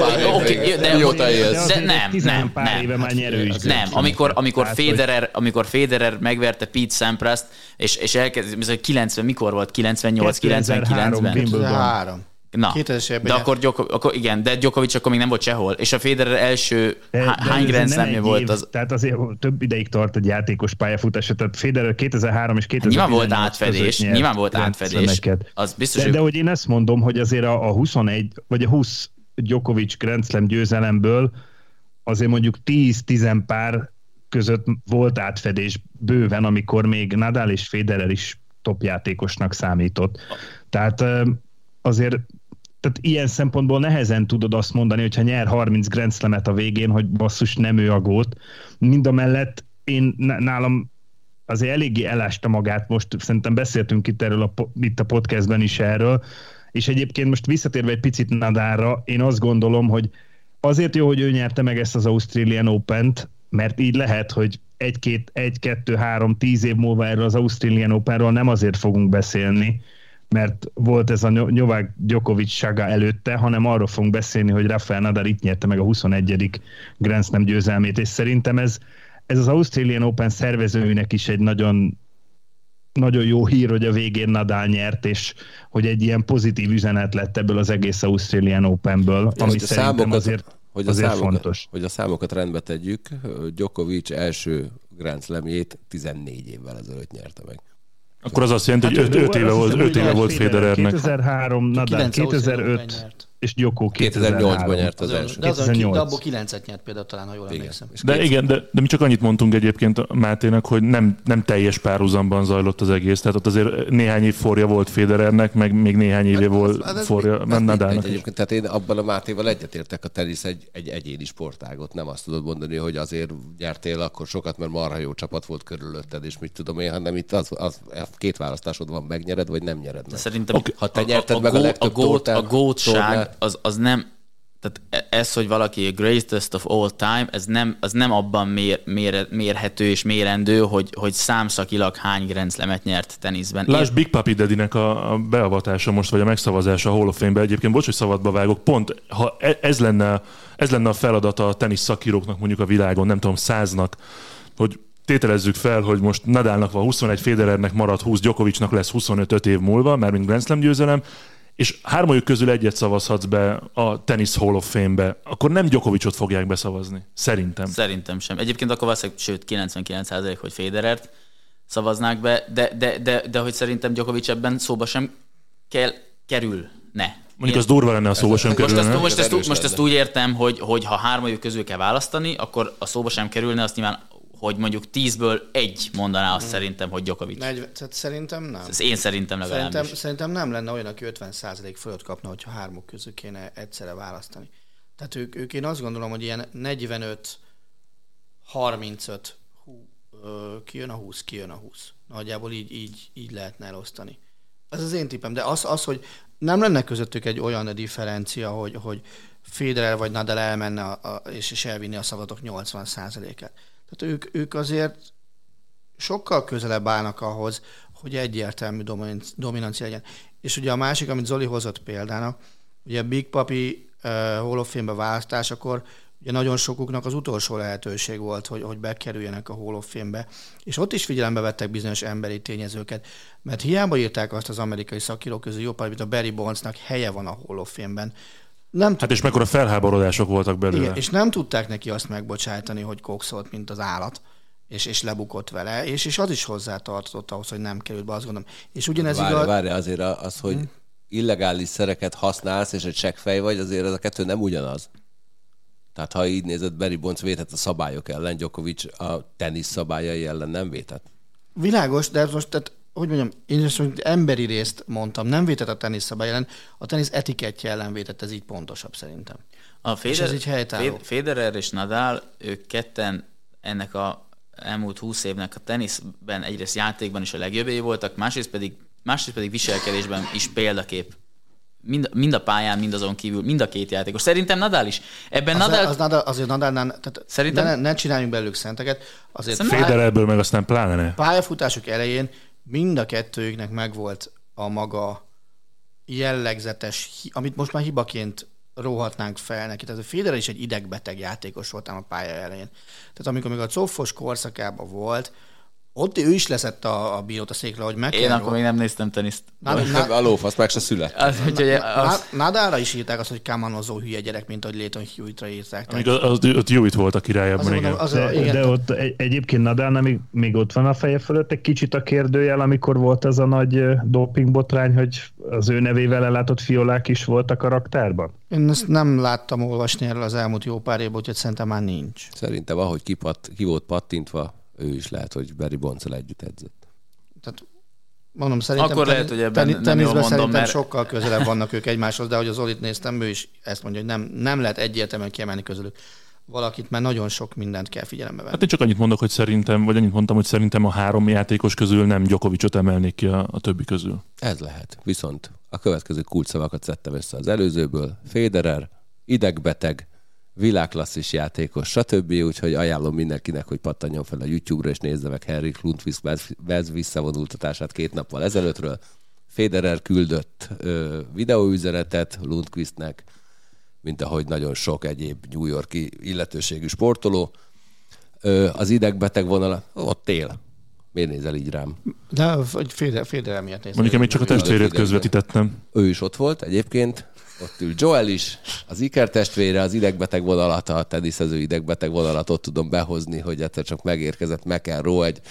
Mióta élsz. De nem, nem, pár nem. éve már nyerő is. Nem, amikor, amikor, Federer, amikor Federer megverte Pete Sampras-t, és, és elkezd, kilencven, mikor volt? kilencvennyolc kilencvenkilencben? Három. Na, de akkor, Djoko, akkor igen, de Djokovic akkor még nem volt sehol. És a Federer első de, há, de hány Grand Slamje volt az? Tehát azért több ideig tart egy játékos pályafutása. Tehát Federer kétezer-három és kétezer-tizennyolc nyilván volt átfedés, nyilván volt átfedés. Az biztos, de, de hogy én ezt mondom, hogy azért a, a huszonegy vagy a húsz Djokovic Grand Slam győzelemből azért mondjuk tíz-tíz pár között volt átfedés bőven, amikor még Nadal és Federer is top játékosnak számított. Tehát azért tehát ilyen szempontból nehezen tudod azt mondani, hogyha nyer harminc Grand Slamet a végén, hogy basszus, nem ő a gót. Mindamellett én nálam azért eléggé elásta magát, most szerintem beszéltünk itt erről a, itt a podcastben is erről, és egyébként most visszatérve egy picit Nadalra, én azt gondolom, hogy azért jó, hogy ő nyerte meg ezt az Australian Opent, mert így lehet, hogy egy-két, egy-kettő-három, tíz év múlva erről az Australian Openról nem azért fogunk beszélni, mert volt ez a Novák Djokovic saga előtte, hanem arról fogunk beszélni, hogy Rafael Nadal itt nyerte meg a huszonegyedik Grand Slam győzelmét, és szerintem ez, ez az Australian Open szervezőinek is egy nagyon, nagyon jó hír, hogy a végén Nadal nyert, és hogy egy ilyen pozitív üzenet lett ebből az egész Australian Openből, ja, ami szerintem számokat, azért, hogy a azért számokat, fontos. Hogy a számokat rendbe tegyük, Djokovic első Grand Slamjét tizennégy évvel ezelőtt nyerte meg. Akkor az azt jelenti, hogy öt, öt éve volt, öt éve volt Federernek. kétezer-három, Nadal kétezer-öt, és Djoko kétezer-nyolcban nyert az első. De azon abból kilencet nyert például, talán, ha jól igen. emlékszem. De két... igen, de, de mi csak annyit mondtunk egyébként Mátének, hogy nem, nem teljes párhuzamban zajlott az egész. Tehát ott azért néhány év forja volt Federernek, meg még néhány évé volt hát, forja Nadalnak. Egyébként, tehát én abban a Mátéval egyetértek, a tenisz egy, egy egyéni sportágot. Nem azt tudod mondani, hogy azért nyertél akkor sokat, mert marha jó csapat volt körülötted, és mit tudom én, hanem itt az, az, az két választásod van, megnyered, vagy nem nyered meg. Szerintem okay. Ha te nyerted a, a, meg a, a legtöbb a gót, tortán, a gótság az, az nem, tehát ez, hogy valaki a greatest of all time, ez nem, az nem abban mér, mér, mérhető és mérendő, hogy, hogy számszakilag hány Grand Slamet nyert teniszben. Lásd Big Papi Daddynek a, a beavatása most, vagy a megszavazása a Hall of Fame-be. Egyébként, bocs, hogy szabadba vágok, pont ha ez lenne, ez lenne a feladata a tenisz szakíróknak mondjuk a világon, nem tudom, száznak, hogy tételezzük fel, hogy most Nadalnak van huszonegy, Federernek marad húsz, Djokovicnak lesz huszonöt öt év múlva, már mint Grand Slam győzelem, és hármajuk közül egyet szavazhatsz be a Tennis Hall of Fame-be, akkor nem Djokovicot fogják beszavazni. Szerintem. Szerintem sem. Egyébként akkor valószínűleg, sőt, kilencvenkilenc százalék, hogy Federert szavaznák be, de, de, de, de hogy szerintem Djokovic ebben szóba sem kell, kerülne. Mondjuk az durva lenne, a szóba sem kerülne. Most, most, ezt, most ezt úgy értem, hogy, hogy ha hármajuk közül kell választani, akkor a szóba sem kerülne, azt nyilván hogy mondjuk tízből egy mondaná azt hmm. szerintem, hogy Djokovic. negyven, tehát szerintem nem. Ez én szerintem legalábbis. Szerintem, szerintem nem lenne olyan, aki ötven százalék fölött kapna, hogyha hármuk közül kéne egyszerre választani. Tehát ők, ők én azt gondolom, hogy ilyen negyvenöt harmincöt hú, ö, kijön a húsz, kijön a húsz. Nagyjából így, így, így lehetne elosztani. Ez az én tippem, de az, az, hogy nem lenne közöttük egy olyan differencia, hogy, hogy Federer vagy Nadal elmenne a, a, és, és elvinni a szavazatok nyolcvan százalékát. Tehát ők, ők azért sokkal közelebb állnak ahhoz, hogy egyértelmű dominancia legyen. És ugye a másik, amit Zoli hozott példának, ugye a Big Papi uh, Hall of Fame-be választásakor ugye nagyon sokuknak az utolsó lehetőség volt, hogy, hogy bekerüljenek a Hall of Fame-be. És ott is figyelembe vettek bizonyos emberi tényezőket, mert hiába írták azt az amerikai szakírók közül jó pár, mint a Barry Bondsnak helye van a Hall of Fame-ben. Nem hát és mekkora felháborodások voltak belőle. Igen, és nem tudták neki azt megbocsájtani, hogy kokszolt, mint az állat, és, és lebukott vele, és, és az is hozzátartozott ahhoz, hogy nem került be, azt gondolom. És ugyanez várj, igaz... Várj, azért az, hogy hmm. illegális szereket használsz, és egy csekkfej vagy, azért ez a kettő nem ugyanaz. Tehát ha így nézed, Barry Bonds vétett a szabályok ellen, Djokovic a tenisz szabályai ellen nem vétett. Világos, de most, tehát, hogy mondjam, én most emberi részt mondtam, nem vétett a tenisz szabály ellen, a tenisz etikettje ellen vétett, ez így pontosabb szerintem. A Federer, és ez így helytálló. Federer és Nadal, ők ketten ennek a elmúlt húsz évnek a teniszben egyrészt játékban is a legjobbjai voltak, másrészt pedig, másrészt pedig viselkedésben is példakép. Mind, mind a pályán, mind azon kívül, mind a két játékos. Szerintem Nadal is. Ebben az, Nadal... Az Nadal, azért Nadalnál, tehát szerintem... ne, ne csináljunk belőlük szenteket. Azért Federerből meg aztán pláne ne. Pályafutásuk elején mind a kettőjüknek megvolt a maga jellegzetes, amit most már hibaként róhatnánk fel neki. Tehát a Federer is egy idegbeteg játékos volt a pálya elején. Tehát amikor még a coffos korszakában volt, ott ő is leszett a, a bírót a székre, hogy meg. Én akkor még nem néztem teniszt. A lófasz meg se született. Nadalra is írták azt, hogy kamanozó hülye gyerek, mint ahogy Leighton Hewitt-ra írták. Amíg az, ott Hewitt volt a királyában, igen. Az, de, igen. De ott egy, egyébként Nadalnál még, még ott van a feje fölött egy kicsit a kérdőjel, amikor volt az a nagy dopingbotrány, hogy az ő nevével ellátott fiolák is voltak a raktárban? Én ezt nem láttam olvasni erről az elmúlt jó pár évben, úgyhogy szerintem már nincs. Szerintem ahogy kipat, ki volt pattintva, ő is lehet, hogy Barry Bonds-al együtt edzett. Tehát mondom, szerintem akkor lehet, hogy ebben ten, nem jól mondom, szerintem mert... sokkal közelebb vannak ők egymáshoz, de ahogy az Zolit néztem, ő is ezt mondja, hogy nem, nem lehet egyértelműen kiemelni közülük valakit, mert nagyon sok mindent kell figyelembe venni. Hát én csak annyit mondok, hogy szerintem, vagy annyit mondtam, hogy szerintem a három játékos közül nem Djokovicot emelnék ki a, a többi közül. Ez lehet. Viszont a következő kulcsszavakat szedtem össze az előzőből. Federer, idegbeteg, világklasszis játékos, stb. Úgyhogy ajánlom mindenkinek, hogy pattanjon fel a YouTube-ra, és nézze meg Henrik Lundqvist visszavonultatását két nappal ezelőttről. Federer küldött ö, videóüzenetet Lundqvistnek, mint ahogy nagyon sok egyéb New York-i illetőségű sportoló. Ö, az idegbeteg vonala, ott él. Miért nézel így rám? De Federer, Federer miatt nézel. Mondjuk én még csak a testvérét közvetítettem. Ő is ott volt egyébként. Ott ül Joel is, az ikertestvére, az idegbeteg vonalat, a teniszező idegbeteg vonalat ott tudom behozni, hogy egyszer csak megérkezett McEnroe egy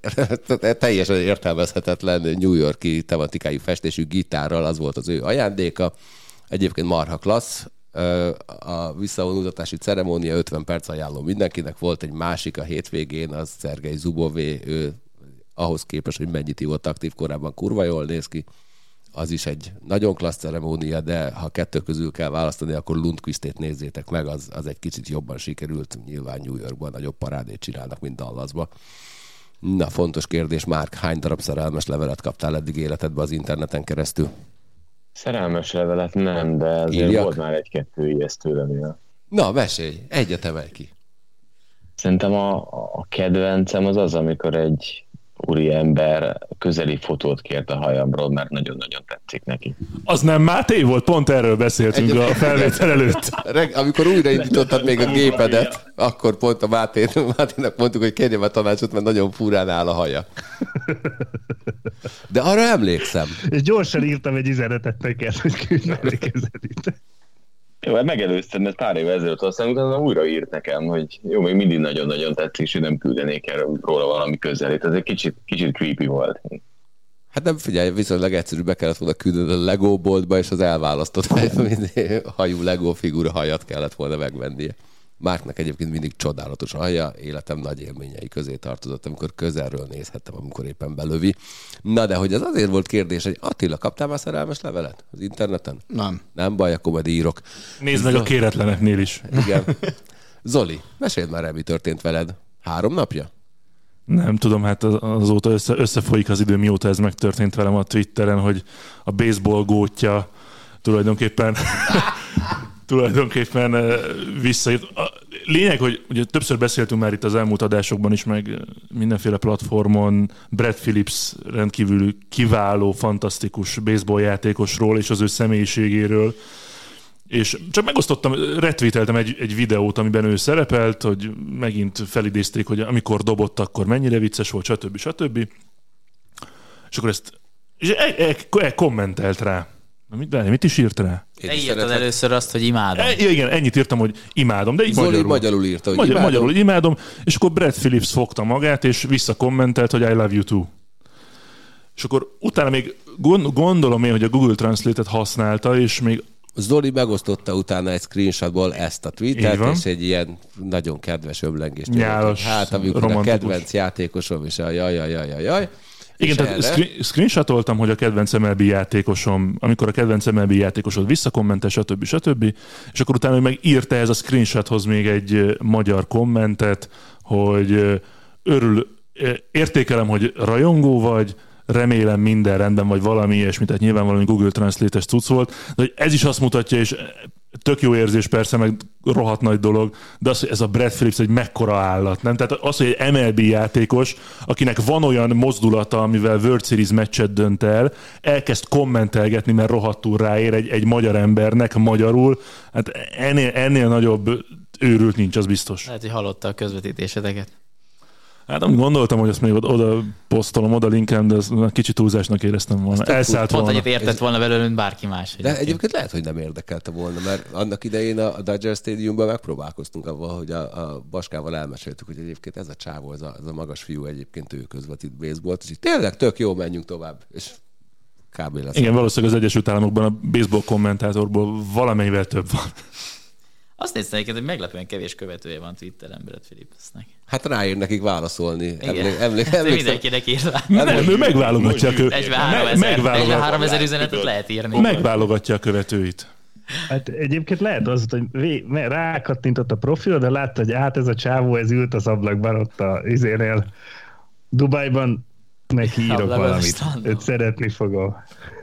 hát, teljesen értelmezhetetlen New York-i tematikájú festésű gitárral, az volt az ő ajándéka. Egyébként marha klassz. A visszavonultatási ceremónia ötven perc, ajánlom mindenkinek. Volt egy másik a hétvégén, az Szergej Zubové, ő ahhoz képest, hogy mennyit ívott aktív korában, kurva jól néz ki. Az is egy nagyon klassz ceremónia, de ha kettő közül kell választani, akkor Lundqvistét nézzétek meg, az, az egy kicsit jobban sikerült. Nyilván New Yorkban nagyobb parádét csinálnak, mint Dallasba. Na, fontos kérdés, Márk, hány darab szerelmes levelet kaptál eddig életedbe az interneten keresztül? Szerelmes levelet nem, de azért Írjak? Volt már egy-kettő ijesztő levél. Na, mesélj, egyet emelj ki. Szerintem a, a kedvencem az az, amikor egy úri ember közeli fotót kért a hajamról, mert nagyon-nagyon tetszik neki. Az nem Máté volt? Pont erről beszéltünk Egyébként a felvétel előtt. Amikor újraindítottad még a gépedet, akkor pont a Máté, Máténak mondtuk, hogy kérjem a tanácsot, mert nagyon furán áll a haja. De arra emlékszem. És gyorsan írtam egy üzenetet neked, hogy küldemlékezetít. Jó, hát megelőztem, mert pár év ezelőtt aztán utána újra írt nekem, hogy jó, még mindig nagyon-nagyon tetszik, és nem küldenék el róla valami közelét. Ez egy kicsit, kicsit creepy volt. Hát nem figyelj, viszonylag egyszerű, be kellett volna küldeni a Lego boltba, és az elválasztott hajú Lego figura hajat kellett volna megvennie. Marknak egyébként mindig csodálatos alja, életem nagy élményei közé tartozott, amikor közelről nézhettem, amikor éppen belövi. Na de hogy ez azért volt kérdés, hogy Attila, kaptál már szerelmes levelet az interneten? Nem. Nem baj, akkor majd írok. Nézd meg a kéretleneknél is. Igen. Zoli, meséld már el, mi történt veled. Három napja? Nem tudom, hát azóta össze, összefolyik az idő, mióta ez megtörtént velem a Twitteren, hogy a baseball gótja tulajdonképpen tulajdonképpen visszaírt. A lényeg, hogy ugye többször beszéltünk már itt az elmúlt adásokban is, meg mindenféle platformon Brad Phillips rendkívül kiváló, fantasztikus baseball játékosról és az ő személyiségéről. És csak megosztottam, retweeteltem egy, egy videót, amiben ő szerepelt, hogy megint felidézték, hogy amikor dobott, akkor mennyire vicces volt, stb. stb. És akkor ezt és e, e, e, kommentelt rá. Na mit, mit is írt rá? Te írtad először azt, hogy imádom. E, igen, ennyit írtam, hogy imádom, de így Zoli magyarul. magyarul írta, hogy Magyar, imádom. Magyarul imádom, és akkor Brad Phillips fogta magát, és visszakommentelt, hogy I love you too. És akkor utána még gondolom én, hogy a Google Translate-et használta, és még Zoli megosztotta utána egy screenshotból ezt a tweetet, és egy ilyen nagyon kedves ömlengést. Nyálas, hát, amikor romantikus. A kedvenc játékosom, és a jaj, jaj, jaj, jaj, jaj. Igen, tehát erre... screen, screenshotoltam, hogy a kedvenc em el bé játékosom, amikor a kedvenc em el bé játékosod visszakommentel, stb. stb. És akkor utána meg írta ez a screenshothoz még egy magyar kommentet, hogy örül, értékelem, hogy rajongó vagy, remélem minden rendben, vagy valami ilyesmi, tehát nyilván valami Google Translate-es cucc volt, de hogy ez is azt mutatja, és tök jó érzés persze, meg rohadt nagy dolog, de az, hogy ez a Brad Phillips egy mekkora állat, nem? Tehát az, hogy egy em el bé játékos, akinek van olyan mozdulata, amivel World Series meccset dönt el, elkezd kommentelgetni, mert rohadtul ráér egy, egy magyar embernek magyarul, hát ennél, ennél nagyobb őrült nincs, az biztos. Lehet, hogy hallotta a közvetítéseteket. Hát amit gondoltam, hogy azt még oda, oda posztolom, oda linkelem, de ezt kicsit túlzásnak éreztem volna. Elszállt volna. Pont, hogy értett volna belőle, mint bárki más. De egyébként. egyébként lehet, hogy nem érdekelte volna, mert annak idején a Dodger Stadiumban megpróbálkoztunk avval, hogy a, a Baskával elmeséltük, hogy egyébként ez a csávó, ez a, ez a magas fiú egyébként ő közvetít baseballt, és így tényleg tök jó, menjünk tovább. És kb. Lesz. Igen, valószínűleg az Egyesült Államokban a baseball kommentátorból valamennyivel több van. Azt néztem egyébként, hogy meglepően kevés követője van Twitteren Brad Phillipsnek. Hát ráír nekik válaszolni. Igen. Emlék, hát mindenkinek ír rá. Nem, ő megválogatja a követőit. negyvenháromezer üzenetet lehet írni. Megválogatja a követőit. Hát egyébként lehet az, hogy vé- rákattintott a profil, de látta, hogy hát ez a csávó, ez ült az ablakban ott a izénél Dubajban, neki írok Ablakban valamit. Őt szeretni fogom.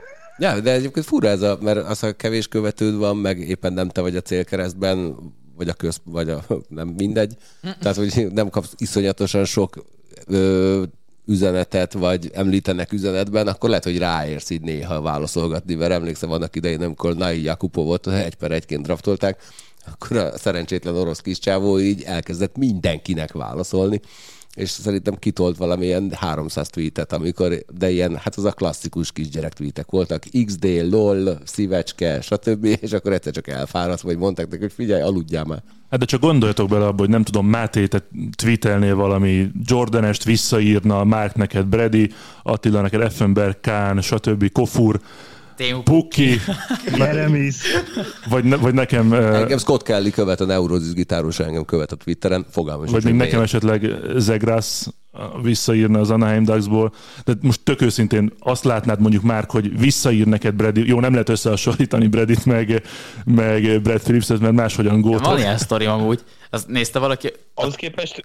Ja, de egyébként fura ez, a, mert az, ha kevés követőd van, meg éppen nem te vagy a célkeresztben, vagy a köz, vagy a, nem mindegy. Tehát, hogy nem kapsz iszonyatosan sok ö, üzenetet, vagy említenek üzenetben, akkor lehet, hogy ráérsz így néha válaszolgatni, mert emlékszem annak idején, amikor Nai Jakupovot egy per egyként draftolták, akkor a szerencsétlen orosz kiscsávó így elkezdett mindenkinek válaszolni, és szerintem kitolt valamilyen háromszáz tweetet, amikor, de ilyen, hát az a klasszikus kisgyerek tweetek voltak, iksz dé, lol, szívecske, stb., és akkor egyszer csak elfáradt, vagy mondták neki, hogy figyelj, aludjál már. Hát de csak gondoljatok bele abba, hogy nem tudom, Máté, te tweetelnél valami Jordanest, visszaírna Mark neked Brady, Attila neked Effenberg, Kán, stb., Kofur, Pukki, Jeremis. Vagy, ne, vagy nekem... Engem Scott Kelly követ, a Neurosis gitáros, engem követ a Twitteren, fogalmam is. Vagy még nekem esetleg Zegrász visszaírna az Anaheim Ducksból, de most tök őszintén azt látnád mondjuk már, hogy visszaír neked Brady, jó, nem lehet összehasonlítani Bradyt meg, meg Brad Phillipset, mert máshogyan gótol. Van ilyen sztori amúgy. Azt nézte valaki... Az képest...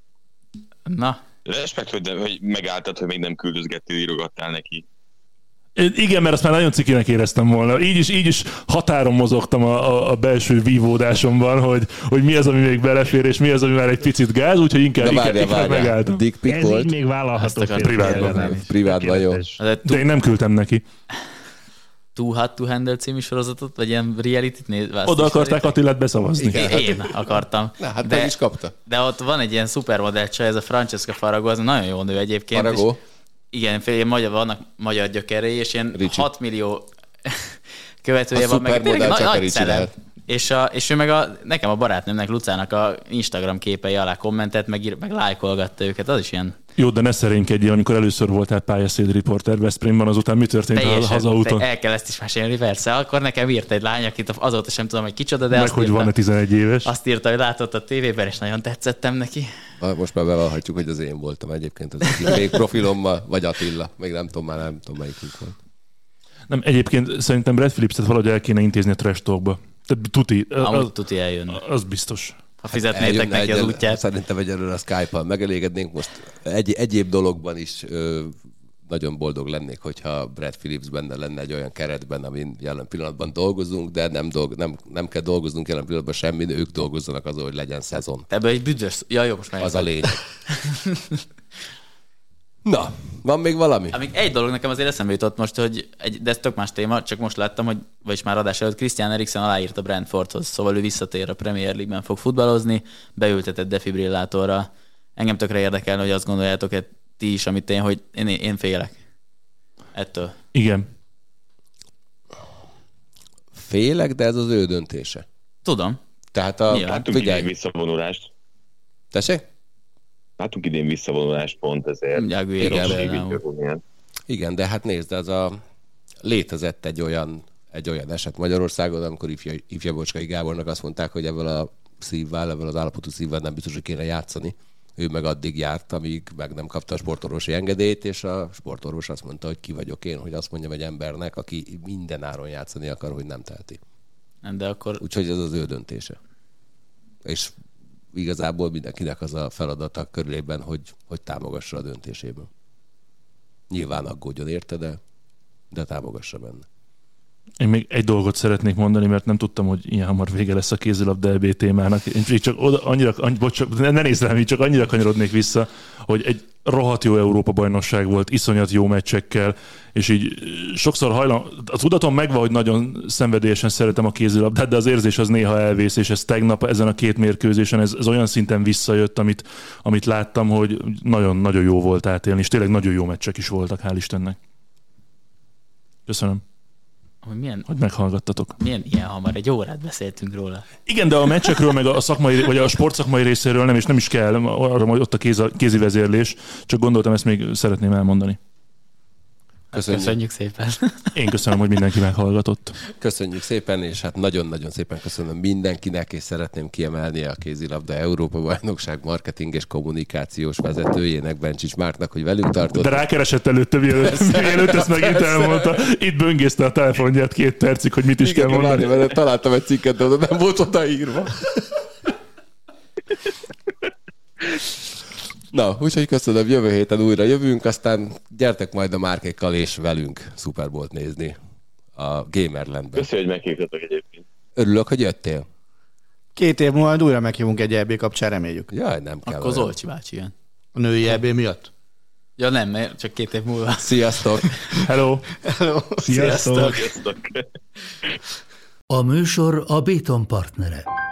Na. Respekt, hogy, hogy megálltad, hogy még nem küldözgettél, írogattál neki. Igen, mert azt már nagyon cikinek éreztem volna. Így is, így is határon mozogtam a, a, a belső vívódásomban, hogy, hogy mi az, ami még belefér, és mi az, ami már egy picit gáz, úgyhogy inkább, inkább, inkább megálltam. Dick pic Ez volt. így még vállalható. Privátban. Privátban, jó. De én nem küldtem neki. Too Hot to Handle című sorozatot, vagy ilyen reality-t nézve? Oda akarták Attilát beszavazni. Igen, én akartam. Na, hát de, meg is kapta. De ott van egy ilyen szupermodell csaj, ez a Francesca Farago, az nagyon jó nő egyébként. Farago. Igen, fél magyar, vannak magyar gyökerei, és ilyen Ricsi. hat millió követője a van. Meg szupermodell csak nagy a Ricsi lehet. És, a, és ő meg a, nekem a barátnőmnek, Lucának a Instagram képei alá kommentet, meg, ír, meg lájkolgatta őket, az is ilyen. Jó, de ne szerénykedjél, amikor először voltál pályaszéd riporter Veszprémben, azután mi történt a hazaúton? El kell ezt is mesélni, persze. Akkor nekem írt egy lány, akit azóta sem tudom, hogy kicsoda, de meg azt hogy írta, van-e tizenegy éves? Azt írta, hogy látott a tévében, és nagyon tetszettem neki. Most már bevallhatjuk, hogy az én voltam egyébként, az még profilommal, vagy Attila, még nem tudom, már nem tudom, melyikünk volt. Nem, egyébként szerintem Brad Phillips-et valahogy el kéne intézni a trash talkba. Tehát tuti. Amúgy az, tuti eljönni. Az biztos. Ha fizetnétek neki az útját. Szerintem egyelőre a Skype-al megelégednénk. Most egy, egyéb dologban is ö, nagyon boldog lennék, hogyha Brad Phillips benne lenne egy olyan keretben, amin jelen pillanatban dolgozunk, de nem, dolg, nem, nem kell dolgoznunk jelen pillanatban semmi, ők dolgozzanak azon, hogy legyen szezon. Ebből egy büdös... Ja, jó, most már az a lényeg. Na, van még valami? Amíg egy dolog nekem azért eszembe jutott most, hogy egy, de ez tök más téma, csak most láttam, hogy, vagyis már adás előtt Christian Eriksen aláírt a Brentfordhoz, szóval ő visszatér a Premier League-ben fog futballozni, beültetett defibrillátorra. Engem tökre érdekelne, hogy azt gondoljátok-e ti is, amit én, hogy én, én félek ettől. Igen. Félek, de ez az ő döntése. Tudom. Tehát a... Látunk idén visszavonulást. Tessék? Látunk idén visszavonulást pont ezért. Igen, Igen, de hát nézd, az a... létezett egy olyan, egy olyan eset Magyarországon, amikor ifja, ifja Bocskai Gábornak azt mondták, hogy ebből a szívvel, ebből az állapotú szívvel nem biztos, hogy kéne játszani. Ő meg addig járt, amíg meg nem kapta a sportorvosi engedélyt, és a sportorvos azt mondta, hogy ki vagyok én, hogy azt mondjam egy embernek, aki minden áron játszani akar, hogy nem teheti. De akkor... Úgyhogy ez az ő döntése. És igazából mindenkinek az a feladata körülében, hogy, hogy támogassa a döntésében. Nyilván aggódjon érte, de, de támogassa benne. Én még egy dolgot szeretnék mondani, mert nem tudtam, hogy ilyen hamar vége lesz a kézilabda é bé témának. Én csak oda, annyira, annyi, bocs, ne nézz rám, csak annyira kanyarodnék vissza, hogy egy rohadt jó Európa-bajnokság volt, iszonyat jó meccsekkel, és így sokszor hajlam, a tudatom megvan, hogy nagyon szenvedélyesen szeretem a kézilabdát, de az érzés az néha elvész, és ez tegnap ezen a két mérkőzésen ez, ez olyan szinten visszajött, amit, amit láttam, hogy nagyon-nagyon jó volt átélni, és tényleg nagyon jó meccsek is voltak, hál' Istennek. Köszönöm. Hogy, milyen, hogy meghallgattatok. Milyen ilyen hamar? Egy órát beszéltünk róla. Igen, de a meccsekről, meg a szakmai, vagy a sportszakmai részéről nem, és nem is kell, arra majd ott a kéz, kézi vezérlés, csak gondoltam, ezt még szeretném elmondani. Köszönjük. Köszönjük szépen. Én köszönöm, hogy mindenki meghallgatott. Köszönjük szépen, és hát nagyon-nagyon szépen köszönöm mindenkinek, és szeretném kiemelni a kézilabda Európa-bajnokság marketing és kommunikációs vezetőjének, Bencsics Márknak, hogy velünk tartott. De rákeresett előtte, mielőtt, mielőtt ezt megint elmondta. Itt böngészte a telefonját két percig, hogy mit is igen, kell mondani. Várni, mert találtam egy cikket, de nem volt odaírva. Na, úgyhogy köszönöm, jövő héten újra jövünk, aztán gyertek majd a Márkékkal és velünk Super Bowl-t nézni a Gamerlandben. Köszönjük, hogy meghívtatok egyébként. Örülök, hogy jöttél. Két év múlva újra meghívunk egy é bé kapcsán, reméljük. Jaj, nem kell. Akkor Zolcsi bácsi jön. A női é bé miatt? Ja nem, mert csak két év múlva. Sziasztok! Hello! Hello! Sziasztok! Sziasztok. A műsor a Béton partnere.